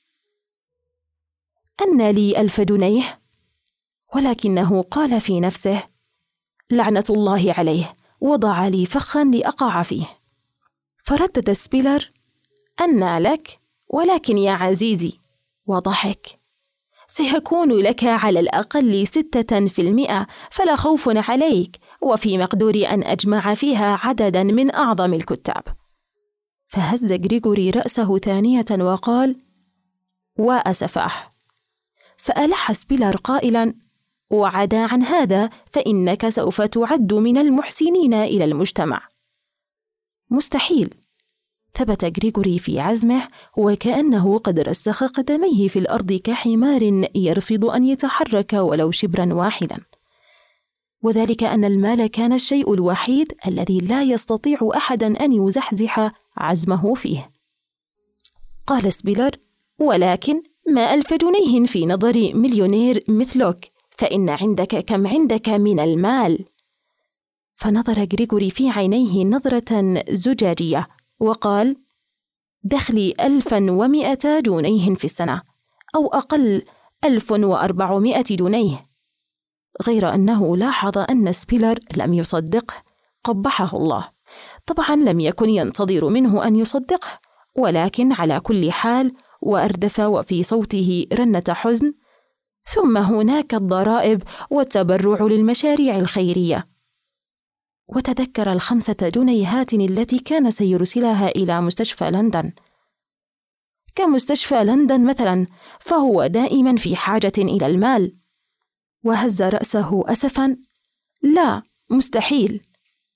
أن لي 1000 جنيه؟ ولكنه قال في نفسه: لعنة الله عليه، وضع لي فخا لأقع فيه. فردد سبيلر: أن لك؟ ولكن يا عزيزي، وضحك: سيكون لك على الأقل 6%، فلا خوف عليك، وفي مقدوري أن أجمع فيها عددا من أعظم الكتاب. فهز غريغوري رأسه ثانية وقال: وأسفاه. فألح سبيلر قائلا: وعدا عن هذا فإنك سوف تعد من المحسنين إلى المجتمع. مستحيل، ثبت غريغوري في عزمه، وكأنه قد رسخ قدميه في الأرض كحمار يرفض أن يتحرك ولو شبرا واحدا، وذلك أن المال كان الشيء الوحيد الذي لا يستطيع أحدا أن يزحزح عزمه فيه. قال سبيلر: ولكن ما 1000 جنيه في نظر مليونير مثلك، فإن عندك كم عندك من المال؟ فنظر غريغوري في عينيه نظرة زجاجية وقال: دخلي 1100 جنيه في السنة، أو أقل 1400 جنيه. غير أنه لاحظ أن سبيلر لم يصدقه، قبحه الله. طبعا لم يكن ينتظر منه أن يصدقه، ولكن على كل حال، وأردف وفي صوته رنة حزن: ثم هناك الضرائب والتبرع للمشاريع الخيرية. وتذكر 5 جنيهات التي كان سيرسلها إلى مستشفى لندن. كمستشفى لندن مثلا، فهو دائما في حاجة إلى المال. وهز رأسه أسفا: لا، مستحيل.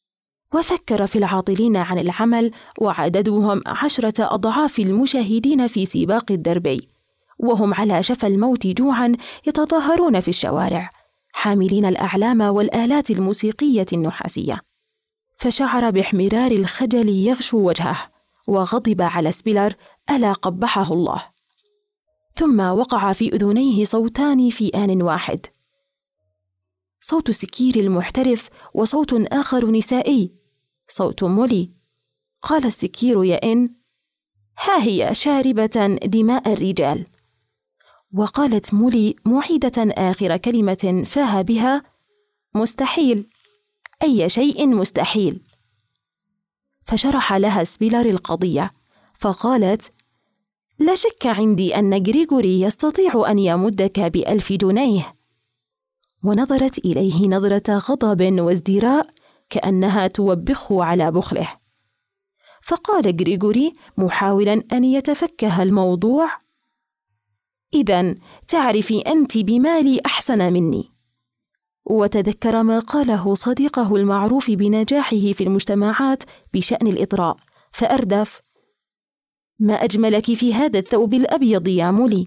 وفكر في العاطلين عن العمل وعددهم 10 أضعاف المشاهدين في سباق الدربي، وهم على شفا الموت جوعا يتظاهرون في الشوارع حاملين الأعلام والآلات الموسيقية النحاسية. فشعر باحمرار الخجل يغشو وجهه، وغضب على سبيلر ألا قبحه الله. ثم وقع في أذنيه صوتان في آن واحد، صوت سكير المحترف وصوت آخر نسائي، صوت مولي. قال السكير يا إن: ها هي شاربة دماء الرجال. وقالت مولي معيدة آخر كلمة فاها بها: مستحيل، أي شيء مستحيل. فشرح لها سبيلر القضية، فقالت: لا شك عندي أن غريغوري يستطيع أن يمدك ب1,000 جنيه. ونظرت إليه نظرة غضب وازدراء كأنها توبخه على بخله. فقال غريغوري محاولا أن يتفكه الموضوع: إذن تعرفي أنت بمالي أحسن مني. وتذكر ما قاله صديقه المعروف بنجاحه في المجتمعات بشأن الإطراء، فأردف: ما أجملك في هذا الثوب الأبيض يا مولي.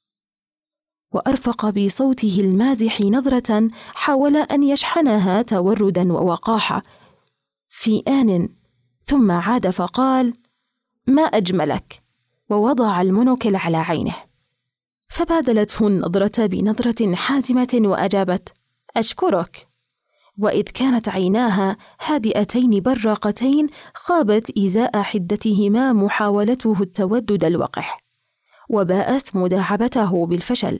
وأرفق بصوته المازح نظرة حاول أن يشحنها توردا ووقاحة في آن، ثم عاد فقال: ما أجملك، ووضع المونوكل على عينه. فبادلته النظرة بنظرة حازمة وأجابت: أشكرك. وإذ كانت عيناها هادئتين براقتين خابت إزاء حدتهما محاولته التودد الوقح، وباءت مداعبته بالفشل.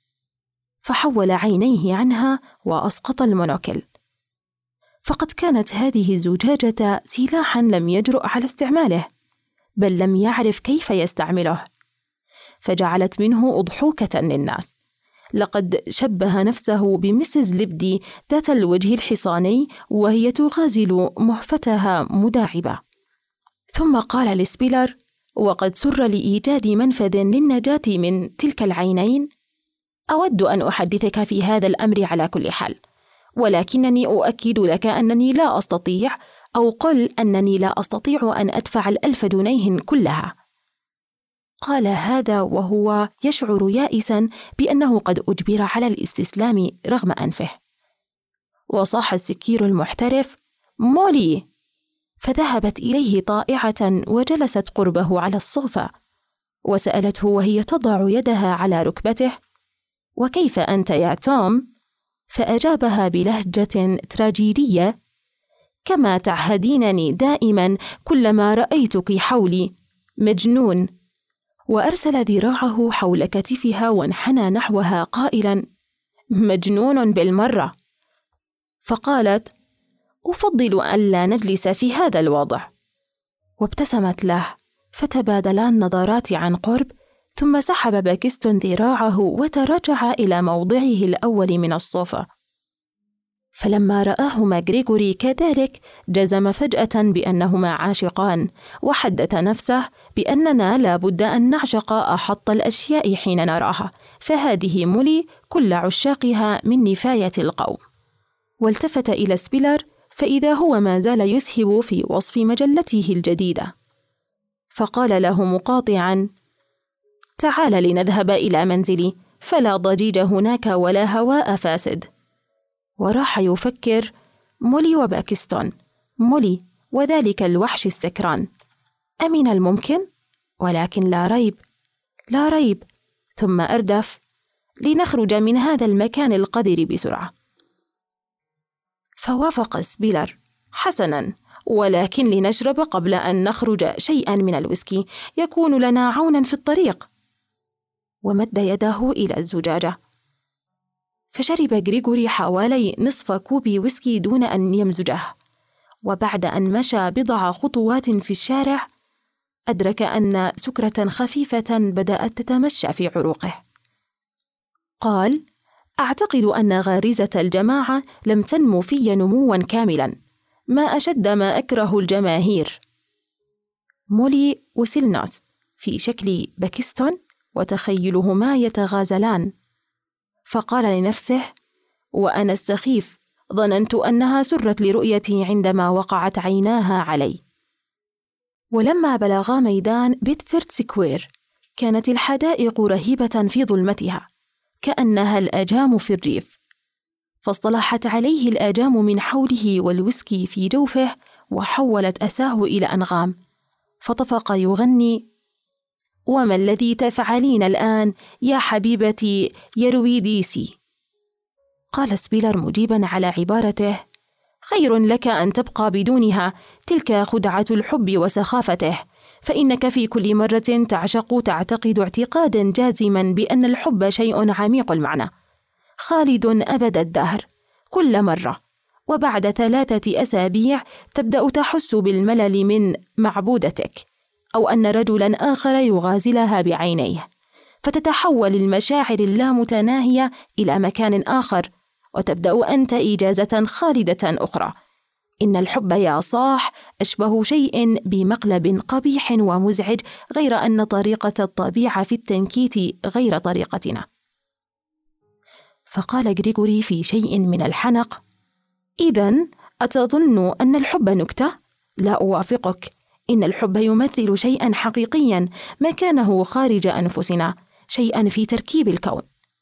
فحول عينيه عنها وأسقط المونوكل. فقد كانت هذه الزجاجة سلاحا لم يجرؤ على استعماله، بل لم يعرف كيف يستعمله، فجعلت منه أضحوكة للناس. لقد شبه نفسه بمسز لبدي ذات الوجه الحصاني وهي تغازل محفتها مداعبة. ثم قال لسبيلر: وقد سر لإيجاد منفذ للنجاة من تلك العينين. أود أن أحدثك في هذا الأمر على كل حال، ولكنني أؤكد لك أنني لا أستطيع، أو قل أنني لا أستطيع أن أدفع 1,000 جنيه كلها. قال هذا وهو يشعر يائسا بأنه قد أجبر على الاستسلام رغم أنفه. وصاح السكير المحترف: مولي! فذهبت إليه طائعة وجلست قربه على الصوفة، وسألته وهي تضع يدها على ركبته: وكيف أنت يا توم؟ فأجابها بلهجة تراجيدية: كما تعهدينني دائما كلما رأيتك حولي، مجنون. وأرسل ذراعه حول كتفها وانحنى نحوها قائلا: مجنون بالمرة. فقالت: أفضل ألا نجلس في هذا الوضع. وابتسمت له، فتبادلا النظرات عن قرب، ثم سحب باكستون ذراعه وتراجع إلى موضعه الأول من الصوفة. فلما رآهما غريغوري كذلك جزم فجأة بأنهما عاشقان، وحدث نفسه بأننا لا بد أن نعشق أحط الأشياء حين نراها، فهذه مولي كل عشاقها من نفاية القوم. والتفت إلى سبيلر فإذا هو ما زال يسهب في وصف مجلته الجديدة، فقال له مقاطعا: تعال لنذهب إلى منزلي، فلا ضجيج هناك ولا هواء فاسد. وراح يفكر: مولي وباكستون، مولي وذلك الوحش السكران، أمن الممكن؟ ولكن لا ريب، لا ريب. ثم أردف: لنخرج من هذا المكان القذر بسرعة. فوافق سبيلر: حسنا، ولكن لنشرب قبل أن نخرج شيئا من الويسكي يكون لنا عونا في الطريق. ومد يده إلى الزجاجة، فشرب غريغوري حوالي نصف كوب ويسكي دون أن يمزجه. وبعد أن مشى بضع خطوات في الشارع أدرك أن سكرة خفيفة بدأت تتمشى في عروقه. قال: أعتقد أن غارزة الجماعة لم تنمو في نموا كاملا، ما أشد ما أكره الجماهير. مولي وسيلنوس في شكل باكستون، وتخيلهما يتغازلان. فقال لنفسه: وأنا السخيف ظننت أنها سرت لرؤيتي عندما وقعت عيناها علي. ولما بلغا ميدان بيدفورد سكوير كانت الحدائق رهيبة في ظلمتها كأنها الآجام في الريف، فاصطلحت عليه الآجام من حوله والويسكي في جوفه وحولت أساه إلى أنغام، فطفق يغني: وما الذي تفعلين الآن يا حبيبتي يرويديسي؟ قال سبيلر مجيبا على عبارته: خير لك أن تبقى بدونها، تلك خدعة الحب وسخافته، فإنك في كل مرة تعشق تعتقد اعتقادا جازما بأن الحب شيء عميق المعنى، خالد أبد الدهر كل مرة، وبعد 3 أسابيع تبدأ تحس بالملل من معبودتك، أو أن رجلا آخر يغازلها بعينيه، فتتحول المشاعر اللامتناهية إلى مكان آخر، وتبدأ أنت إجازة خالدة أخرى. إن الحب يا صاح أشبه شيء بمقلب قبيح ومزعج، غير أن طريقة الطبيعة في التنكيت غير طريقتنا. فقال غريغوري في شيء من الحنق: إذن أتظن أن الحب نكتة؟ لا أوافقك، إن الحب يمثل شيئا حقيقيا مكانه خارج أنفسنا، شيئا في تركيب الكون،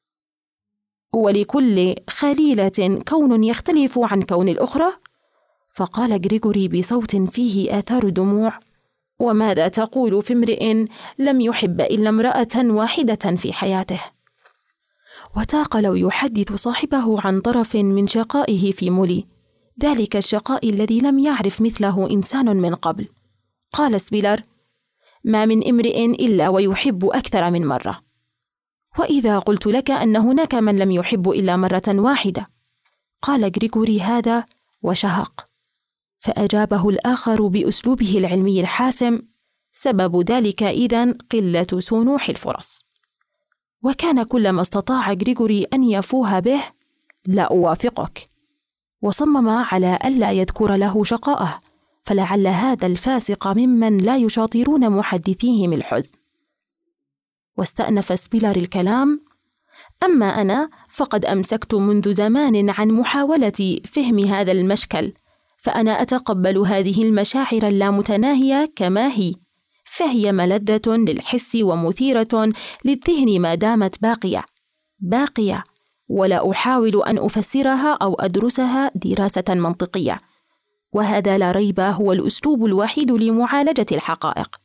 ولكل خليلة كون يختلف عن كون الأخرى. فقال غريغوري بصوت فيه آثار دموع: وماذا تقول في امرئ لم يحب إلا امرأة واحدة في حياته؟ وتاق لو يحدث صاحبه عن طرف من شقائه في مولي، ذلك الشقاء الذي لم يعرف مثله إنسان من قبل. قال سبيلر: ما من امرئ إلا ويحب أكثر من مرة. وإذا قلت لك أن هناك من لم يحب إلا مرة واحدة؟ قال غريغوري هذا وشهق، فأجابه الآخر بأسلوبه العلمي الحاسم: سبب ذلك إذن قلة سنوح الفرص. وكان كل ما استطاع غريغوري أن يفوه به: لا أوافقك، وصمم على ألا يذكر له شقاءه، فلعل هذا الفاسق ممن لا يشاطرون محدثيهم الحزن. واستأنف سبيلر الكلام: أما أنا فقد أمسكت منذ زمان عن محاولة فهم هذا المشكل، فأنا أتقبل هذه المشاعر اللامتناهية كما هي، فهي ملذة للحس ومثيرة للذهن ما دامت باقية، ولا أحاول أن أفسرها أو أدرسها دراسة منطقية، وهذا لا ريب هو الأسلوب الوحيد لمعالجة الحقائق.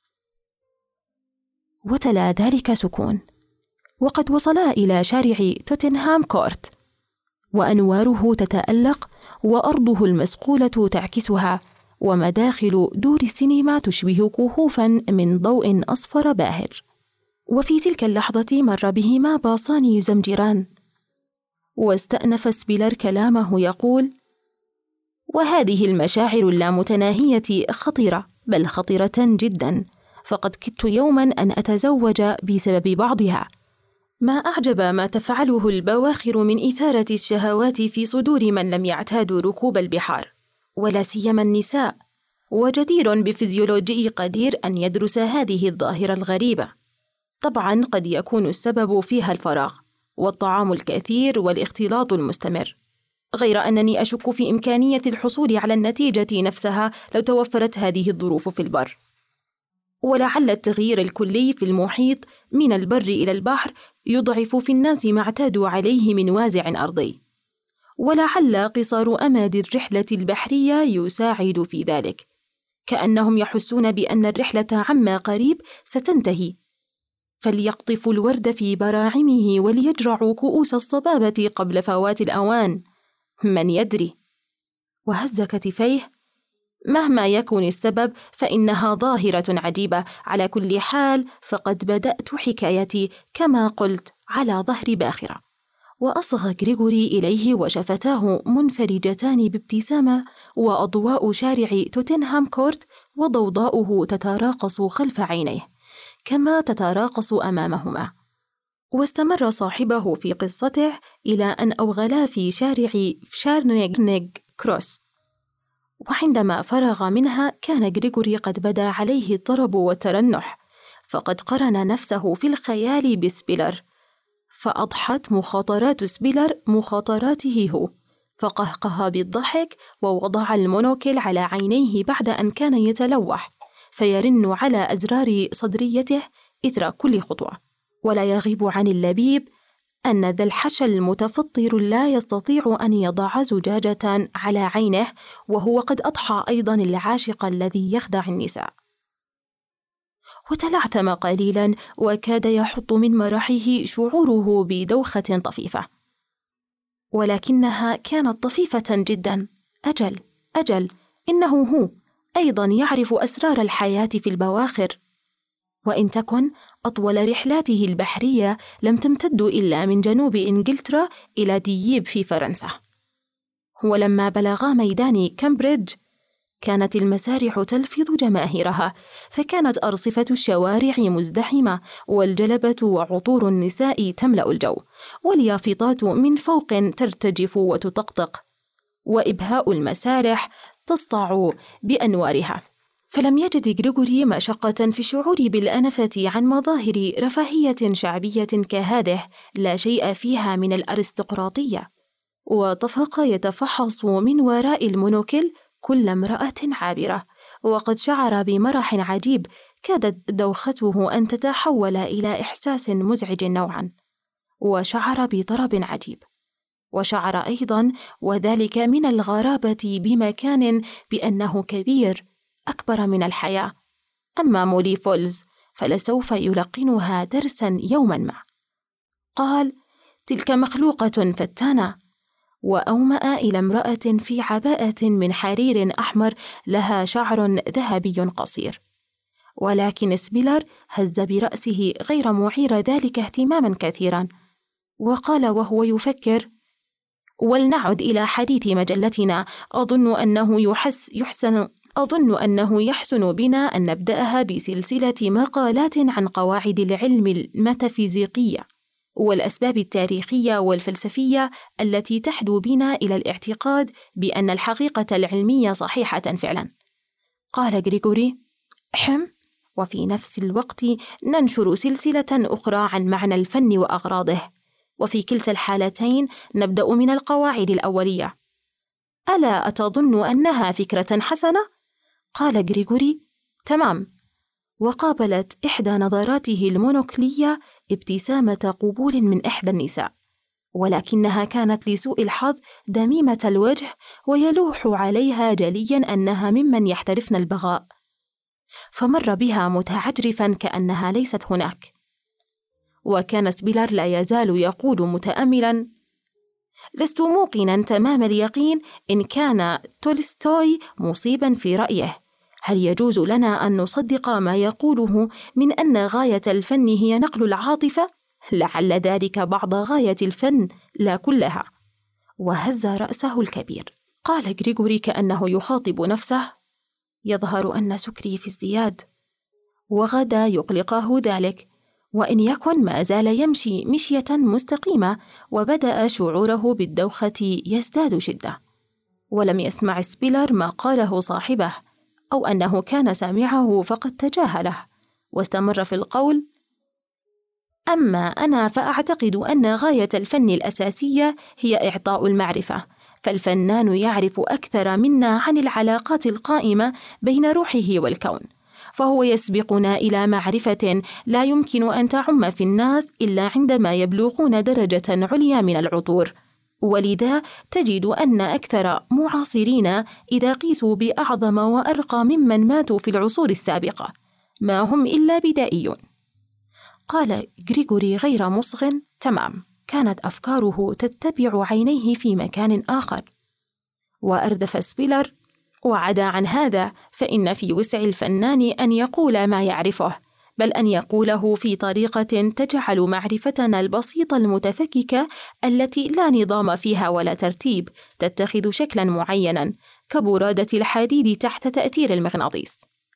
وتلا ذلك سكون، وقد وصلا إلى شارع توتنهام كورت، وأنواره تتألق وأرضه المسقولة تعكسها، ومداخل دور السينما تشبه كهوفا من ضوء أصفر باهر. وفي تلك اللحظة مر بهما باصان يزمجران، واستأنف سبيلر كلامه يقول: وهذه المشاعر اللامتناهية خطيرة، بل خطيرة جدا، فقد كدت يوما أن أتزوج بسبب بعضها. ما أعجب ما تفعله البواخر من إثارة الشهوات في صدور من لم يعتادوا ركوب البحار، ولا سيما النساء، وجدير بفيزيولوجي قدير أن يدرس هذه الظاهرة الغريبة. طبعا قد يكون السبب فيها الفراغ والطعام الكثير والاختلاط المستمر، غير أنني أشك في إمكانية الحصول على النتيجة نفسها لو توفرت هذه الظروف في البر. ولعل التغيير الكلي في المحيط من البر إلى البحر يضعف في الناس ما اعتادوا عليه من وازع أرضي، ولعل قصار أمد الرحلة البحرية يساعد في ذلك، كأنهم يحسون بأن الرحلة عما قريب ستنتهي، فليقطفوا الورد في براعمه وليجرعوا كؤوس الصبابة قبل فوات الأوان، من يدري. وهز كتفيه: مهما يكن السبب فإنها ظاهرة عجيبة، على كل حال فقد بدأت حكايتي كما قلت على ظهر باخرة. وأصغى غريغوري إليه وشفتاه منفرجتان بابتسامة، وأضواء شارع توتنهام كورت وضوضاؤه تتراقص خلف عينيه كما تتراقص أمامهما. واستمر صاحبه في قصته إلى أن أوغلا في شارع فشارنيغ كروس، وعندما فرغ منها كان غريغوري قد بدا عليه الطرب والترنح، فقد قرن نفسه في الخيال بسبيلر، فأضحت مخاطرات سبيلر مخاطراته هو، فقهقه بالضحك ووضع المونوكل على عينيه بعد أن كان يتلوح فيرن على أزرار صدريته إثر كل خطوة. ولا يغيب عن اللبيب أن ذا الحشى المتفطر لا يستطيع أن يضع زجاجة على عينه، وهو قد أضحى أيضا العاشق الذي يخدع النساء. وتلعثم قليلا وكاد يحط من مرحه شعوره بدوخة طفيفة، ولكنها كانت طفيفة جدا. أجل إنه هو أيضا يعرف أسرار الحياة في البواخر، وإن تكن أطول رحلاته البحرية لم تمتد إلا من جنوب إنجلترا إلى دييب في فرنسا. ولما بلغا ميدان كامبريدج كانت المسارح تلفظ جماهيرها، فكانت أرصفة الشوارع مزدحمة، والجلبة وعطور النساء تملأ الجو، واليافطات من فوق ترتجف وتطقطق، وإبهاء المسارح تسطع بأنوارها. فلم يجد غريغوري مشقة في الشعور بالأنفة عن مظاهر رفاهية شعبية كهذه لا شيء فيها من الأرستقراطية، وطفق يتفحص من وراء المونوكل كل امرأة عابرة، وقد شعر بمرح عجيب كادت دوخته أن تتحول إلى إحساس مزعج نوعا، وشعر بطرب عجيب، وشعر أيضا وذلك من الغرابة بمكان بأنه كبير أكبر من الحياة. أما مولي فولز فلسوف يلقنها درسا يوما ما. قال: تلك مخلوقة فتانة. وأومأ إلى امرأة في عباءة من حرير أحمر لها شعر ذهبي قصير، ولكن سبيلر هز برأسه غير معير ذلك اهتماما كثيرا، وقال وهو يفكر: ولنعد إلى حديث مجلتنا. أظن أنه يحسن بنا أن نبدأها بسلسلة مقالات عن قواعد العلم الميتافيزيقية والأسباب التاريخية والفلسفية التي تحدو بنا إلى الاعتقاد بأن الحقيقة العلمية صحيحة فعلا. قال غريغوري: وفي نفس الوقت ننشر سلسلة أخرى عن معنى الفن وأغراضه، وفي كلتا الحالتين نبدأ من القواعد الأولية. ألا أتظن أنها فكرة حسنة؟ قال غريغوري: تمام. وقابلت إحدى نظراته المونوكلية ابتسامة قبول من إحدى النساء، ولكنها كانت لسوء الحظ دميمة الوجه، ويلوح عليها جليا أنها ممن يحترفن البغاء، فمر بها متعجرفا كأنها ليست هناك. وكان سبيلر لا يزال يقول متأملا: لست موقنا تمام اليقين إن كان تولستوي مصيبا في رأيه. هل يجوز لنا أن نصدق ما يقوله من أن غاية الفن هي نقل العاطفة؟ لعل ذلك بعض غاية الفن لا كلها. وهز رأسه الكبير. قال غريغوري كأنه يخاطب نفسه: يظهر أن سكري في ازدياد. وغدا يقلقه ذلك، وإن يكن ما زال يمشي مشية مستقيمة، وبدأ شعوره بالدوخة يزداد شدة. ولم يسمع سبيلر ما قاله صاحبه، أو أنه كان سامعه فقد تجاهله، واستمر في القول: أما أنا فأعتقد أن غاية الفن الأساسية هي إعطاء المعرفة، فالفنان يعرف أكثر منا عن العلاقات القائمة بين روحه والكون، فهو يسبقنا إلى معرفة لا يمكن أن تعم في الناس إلا عندما يبلغون درجة عليا من العطور. ولذا تجد أن أكثر معاصرين إذا قيسوا بأعظم وأرقى ممن ماتوا في العصور السابقة ما هم إلا بدائيون. قال غريغوري غير مصغ: تمام. كانت أفكاره تتبع عينيه في مكان آخر. وأردف سبيلر: وعدا عن هذا فإن في وسع الفنان أن يقول ما يعرفه، بل أن يقوله في طريقة تجعل معرفتنا البسيطة المتفككة التي لا نظام فيها ولا ترتيب تتخذ شكلا معينا كبرادة الحديد تحت تأثير المغناطيس.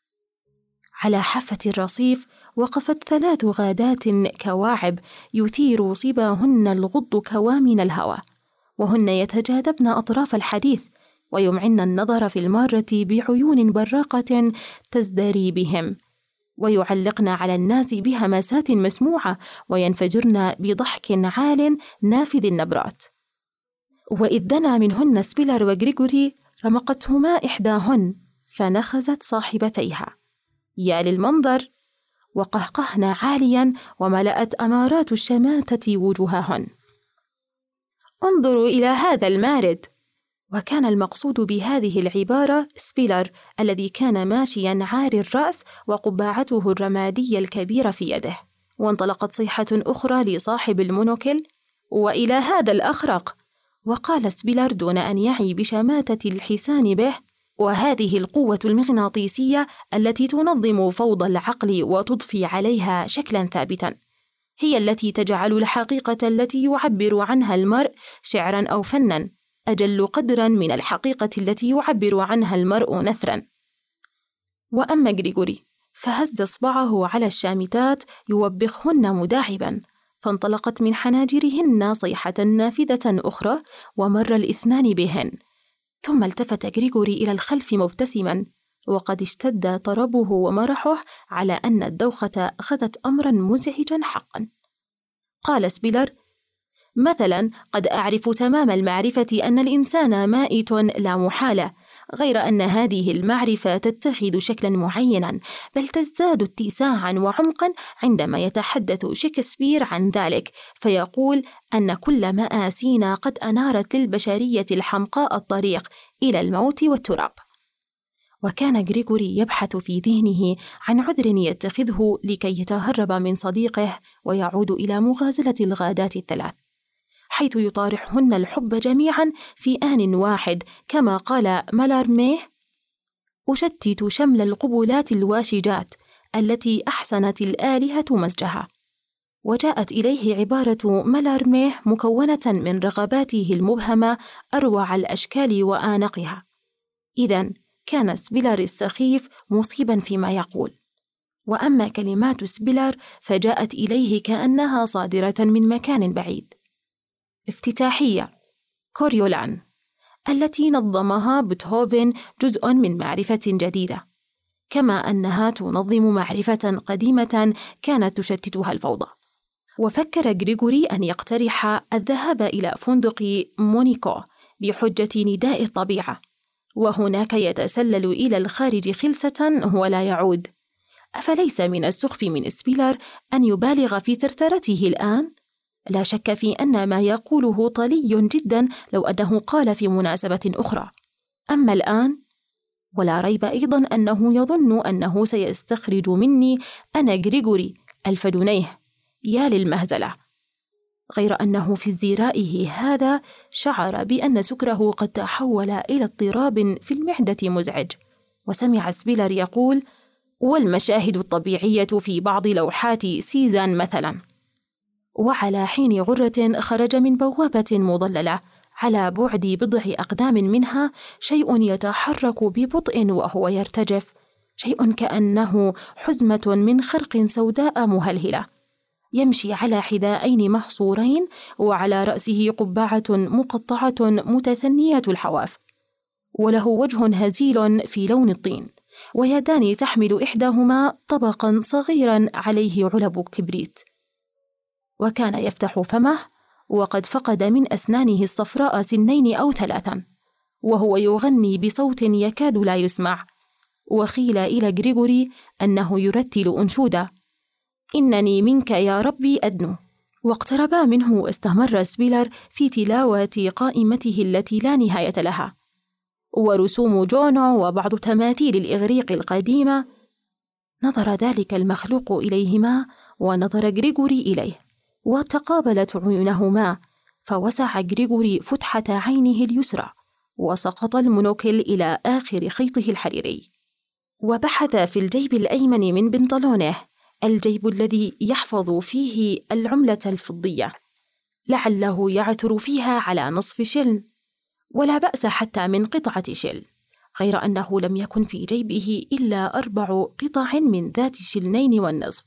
على حافة الرصيف وقفت 3 غادات كواعب يثير صباهن الغض كوامن الهوى، وهن يتجاذبن أطراف الحديث ويمعن النظر في المارة بعيون براقة تزدري بهم، ويعلقن على الناس بهمسات مسموعة، وينفجرن بضحك عال نافذ النبرات. وإذ دنا منهن سبيلر وغريغوري رمقتهما إحداهن فنخزت صاحبتيها. يا للمنظر! وقهقهن عاليا وملأت أمارات الشماتة وجوههن. انظروا إلى هذا المارد! وكان المقصود بهذه العبارة سبيلر الذي كان ماشيا عاري الرأس وقبعته الرمادية الكبيرة في يده. وانطلقت صيحة أخرى لصاحب المونوكل: وإلى هذا الأخرق! وقال سبيلر دون أن يعي بشماتة الحسان به: وهذه القوة المغناطيسية التي تنظم فوضى العقل وتضفي عليها شكلا ثابتا هي التي تجعل الحقيقة التي يعبر عنها المرء شعرا أو فنا أجل قدرا من الحقيقة التي يعبر عنها المرء نثرا. وأما غريغوري فهز إصبعه على الشامتات يوبخهن مداعبا، فانطلقت من حناجرهن صيحة نافذة أخرى ومر الاثنان بهن. ثم التفت غريغوري إلى الخلف مبتسما، وقد اشتد طربه ومرحه على أن الدوخة أخذت أمرا مزعجا حقا. قال سبيلر: مثلا قد أعرف تمام المعرفة أن الإنسان مائت لا محالة، غير أن هذه المعرفة تتخذ شكلا معينا، بل تزداد اتساعا وعمقا عندما يتحدث شكسبير عن ذلك، فيقول أن كل مآسينا قد أنارت للبشرية الحمقاء الطريق إلى الموت والتراب. وكان غريغوري يبحث في ذهنه عن عذر يتخذه لكي يتهرب من صديقه ويعود إلى مغازلة الغادات الثلاث، حيث يطارحهن الحب جميعا في آن واحد، كما قال مالارميه: أشتت شمل القبلات الواشجات التي أحسنت الآلهة مزجها. وجاءت إليه عبارة مالارميه مكونة من رغباته المبهمة أروع الأشكال وآنقها. إذن كان سبيلر السخيف مصيبا فيما يقول. وأما كلمات سبيلر فجاءت إليه كأنها صادرة من مكان بعيد: افتتاحية، كوريولان، التي نظمها بيتهوفن جزء من معرفة جديدة، كما أنها تنظم معرفة قديمة كانت تشتتها الفوضى. وفكر غريغوري أن يقترح الذهاب إلى فندق مونيكو بحجة نداء الطبيعة، وهناك يتسلل إلى الخارج خلسة ولا يعود. أفليس من السخف من سبيلر أن يبالغ في ثرثرته الآن؟ لا شك في أن ما يقوله طلي جدا لو أنه قال في مناسبة أخرى، أما الآن ولا ريب أيضا أنه يظن أنه سيستخرج مني أنا غريغوري 1000 جنيه. يا للمهزلة! غير أنه في ازدرائه هذا شعر بأن سكره قد تحول إلى اضطراب في المعدة مزعج، وسمع سبيلر يقول: والمشاهد الطبيعية في بعض لوحات سيزان مثلا. وعلى حين غرة خرج من بوابة مظللة على بعد بضع أقدام منها شيء يتحرك ببطء وهو يرتجف، شيء كأنه حزمة من خرق سوداء مهلهلة، يمشي على حذائين محصورين، وعلى رأسه قبعة مقطعة متثنية الحواف، وله وجه هزيل في لون الطين، ويدان تحمل إحداهما طبقا صغيرا عليه علب كبريت. وكان يفتح فمه وقد فقد من أسنانه الصفراء 2 أو 3، وهو يغني بصوت يكاد لا يسمع. وخيل إلى غريغوري أنه يرتل أنشودة: إنني منك يا ربي أدنو. واقتربا منه واستمر سبيلر في تلاوة قائمته التي لا نهاية لها، ورسوم جونو وبعض تماثيل الإغريق القديمة. نظر ذلك المخلوق إليهما ونظر غريغوري إليه، وتقابلت عيونهما، فوسع غريغوري فتحة عينه اليسرى، وسقط المونوكل إلى آخر خيطه الحريري، وبحث في الجيب الأيمن من بنطلونه، الجيب الذي يحفظ فيه العملة الفضية، لعله يعثر فيها على نصف شلن، ولا بأس حتى من قطعة شل، غير أنه لم يكن في جيبه إلا 4 قطع من ذات 2.5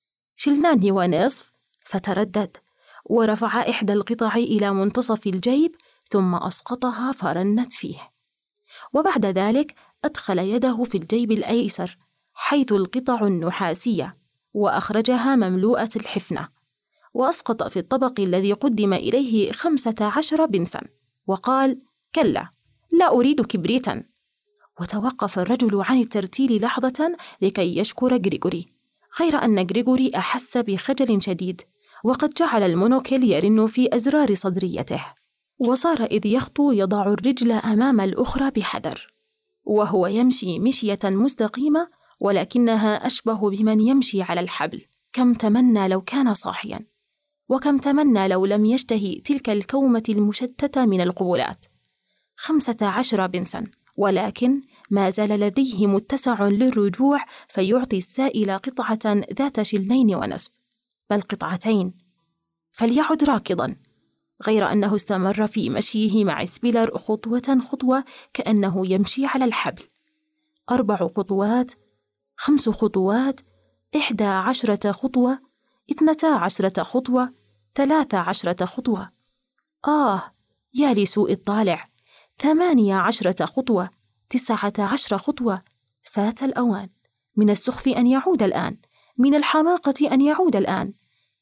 شلنان. فتردد ورفع إحدى القطع إلى منتصف الجيب، ثم أسقطها فرنت فيه، وبعد ذلك أدخل يده في الجيب الأيسر حيث القطع النحاسية، وأخرجها مملوءة الحفنة، وأسقط في الطبق الذي قدم إليه 15 بنسا. وقال: كلا، لا أريد كبريتا. وتوقف الرجل عن الترتيل لحظة لكي يشكر غريغوري، غير أن غريغوري أحس بخجل شديد، وقد جعل المونوكل يرن في أزرار صدريته، وصار إذ يخطو يضع الرجل أمام الأخرى بحذر، وهو يمشي مشية مستقيمة ولكنها أشبه بمن يمشي على الحبل. كم تمنى لو كان صاحيا، وكم تمنى لو لم يشتهي تلك الكومة المشتتة من القبلات. 15 بنسا، ولكن ما زال لديه متسع للرجوع فيعطي السائل قطعة ذات شلين ونصف، بل قطعتين، فليعد راكضا، غير أنه استمر في مشيه مع سبيلر خطوة خطوة كأنه يمشي على الحبل. 4 خطوات، 5 خطوات، 11 خطوة، 12 خطوة، 13 خطوة. يا لسوء الطالع، 18 خطوة، 19 خطوة. فات الأوان، من السخف أن يعود الآن، من الحماقة أن يعود الآن.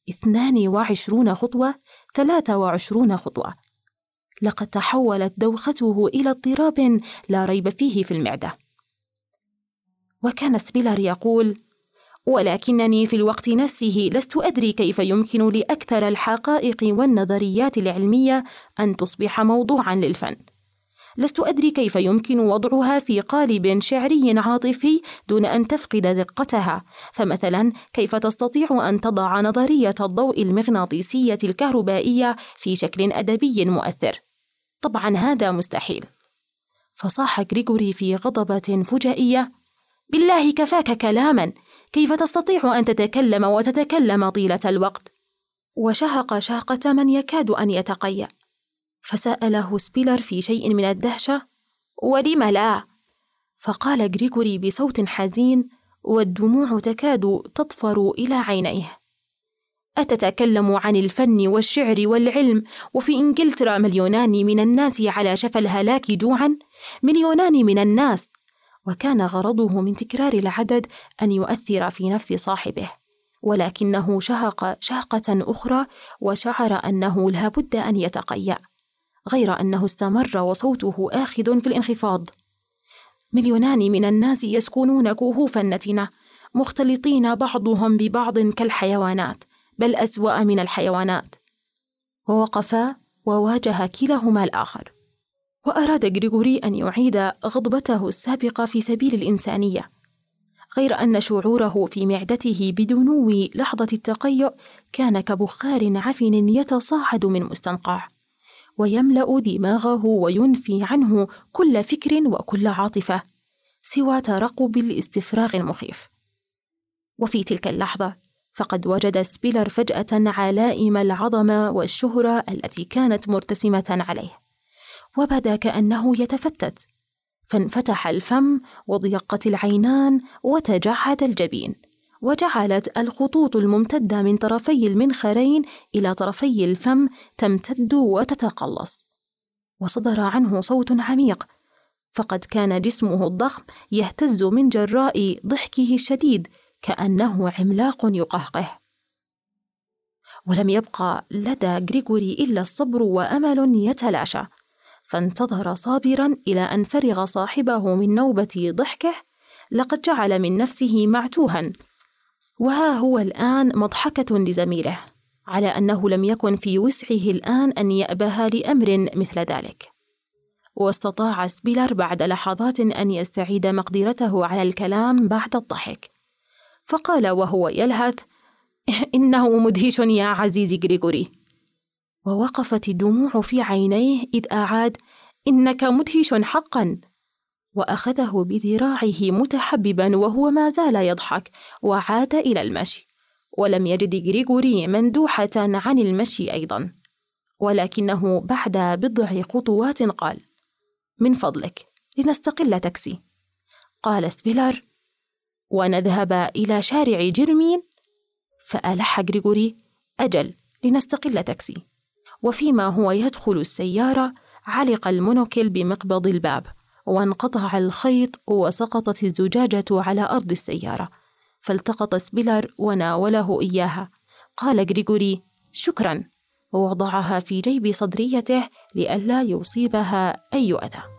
22 خطوة، 23 خطوة. لقد تحولت دوخته إلى اضطراب لا ريب فيه في المعدة. وكان سبيلر يقول: ولكنني في الوقت نفسه لست أدري كيف يمكن لأكثر الحقائق والنظريات العلمية أن تصبح موضوعاً للفن. لست أدري كيف يمكن وضعها في قالب شعري عاطفي دون أن تفقد دقتها. فمثلاً، كيف تستطيع أن تضع نظرية الضوء المغناطيسية الكهربائية في شكل أدبي مؤثر؟ طبعاً هذا مستحيل. فصاح غريغوري في غضبة فجائية: بالله كفاك كلاماً، كيف تستطيع أن تتكلم وتتكلم طيلة الوقت؟ وشهق شهقة من يكاد أن يتقيأ. فسأله سبيلر في شيء من الدهشة: ولم لا؟ فقال غريغوري بصوت حزين والدموع تكاد تطفر إلى عينيه: أتتكلم عن الفن والشعر والعلم وفي إنجلترا مليونان من الناس على شفا الهلاك جوعا، مليونان من الناس. وكان غرضه من تكرار العدد أن يؤثر في نفس صاحبه، ولكنه شهق شهقة أخرى وشعر أنه لا بد أن يتقيأ، غير أنه استمر وصوته آخذ في الانخفاض: مليونان من الناس يسكنون كهوفا نتنة، مختلطين بعضهم ببعض كالحيوانات، بل أسوأ من الحيوانات. ووقفا وواجه كلاهما الآخر. وأراد غريغوري أن يعيد غضبته السابقة في سبيل الإنسانية، غير أن شعوره في معدته بدنو لحظة التقيؤ كان كبخار عفن يتصاعد من مستنقع، ويملأ دماغه وينفي عنه كل فكر وكل عاطفة سوى ترقب الاستفراغ المخيف. وفي تلك اللحظة فقد وجد سبيلر فجأة علائم العظمة والشهرة التي كانت مرتسمة عليه، وبدا كأنه يتفتت، فانفتح الفم وضيقت العينان وتجعد الجبين، وجعلت الخطوط الممتدة من طرفي المنخرين إلى طرفي الفم تمتد وتتقلص، وصدر عنه صوت عميق، فقد كان جسمه الضخم يهتز من جراء ضحكه الشديد كأنه عملاق يقهقه. ولم يبقى لدى غريغوري إلا الصبر وأمل يتلاشى، فانتظر صابرا إلى أن فرغ صاحبه من نوبة ضحكه. لقد جعل من نفسه معتوها، وها هو الآن مضحكة لزميله على أنه لم يكن في وسعه الآن أن يأبه لأمر مثل ذلك. واستطاع سبيلر بعد لحظات أن يستعيد مقدرته على الكلام بعد الضحك، فقال وهو يلهث: إنه مدهش يا عزيزي غريغوري. ووقفت الدموع في عينيه إذ أعاد: إنك مدهش حقا. وأخذه بذراعه متحببا وهو ما زال يضحك، وعاد إلى المشي. ولم يجد غريغوري مندوحة عن المشي أيضا، ولكنه بعد بضع خطوات قال: من فضلك لنستقل تاكسي. قال سبيلر: ونذهب إلى شارع جيرمين؟ فألح غريغوري: أجل، لنستقل تاكسي. وفيما هو يدخل السيارة علق المونوكل بمقبض الباب، وانقطع الخيط وسقطت الزجاجة على أرض السيارة، فالتقط سبيلر وناوله إياها. قال غريغوري: شكرا. ووضعها في جيب صدريته لئلا يصيبها أي أذى.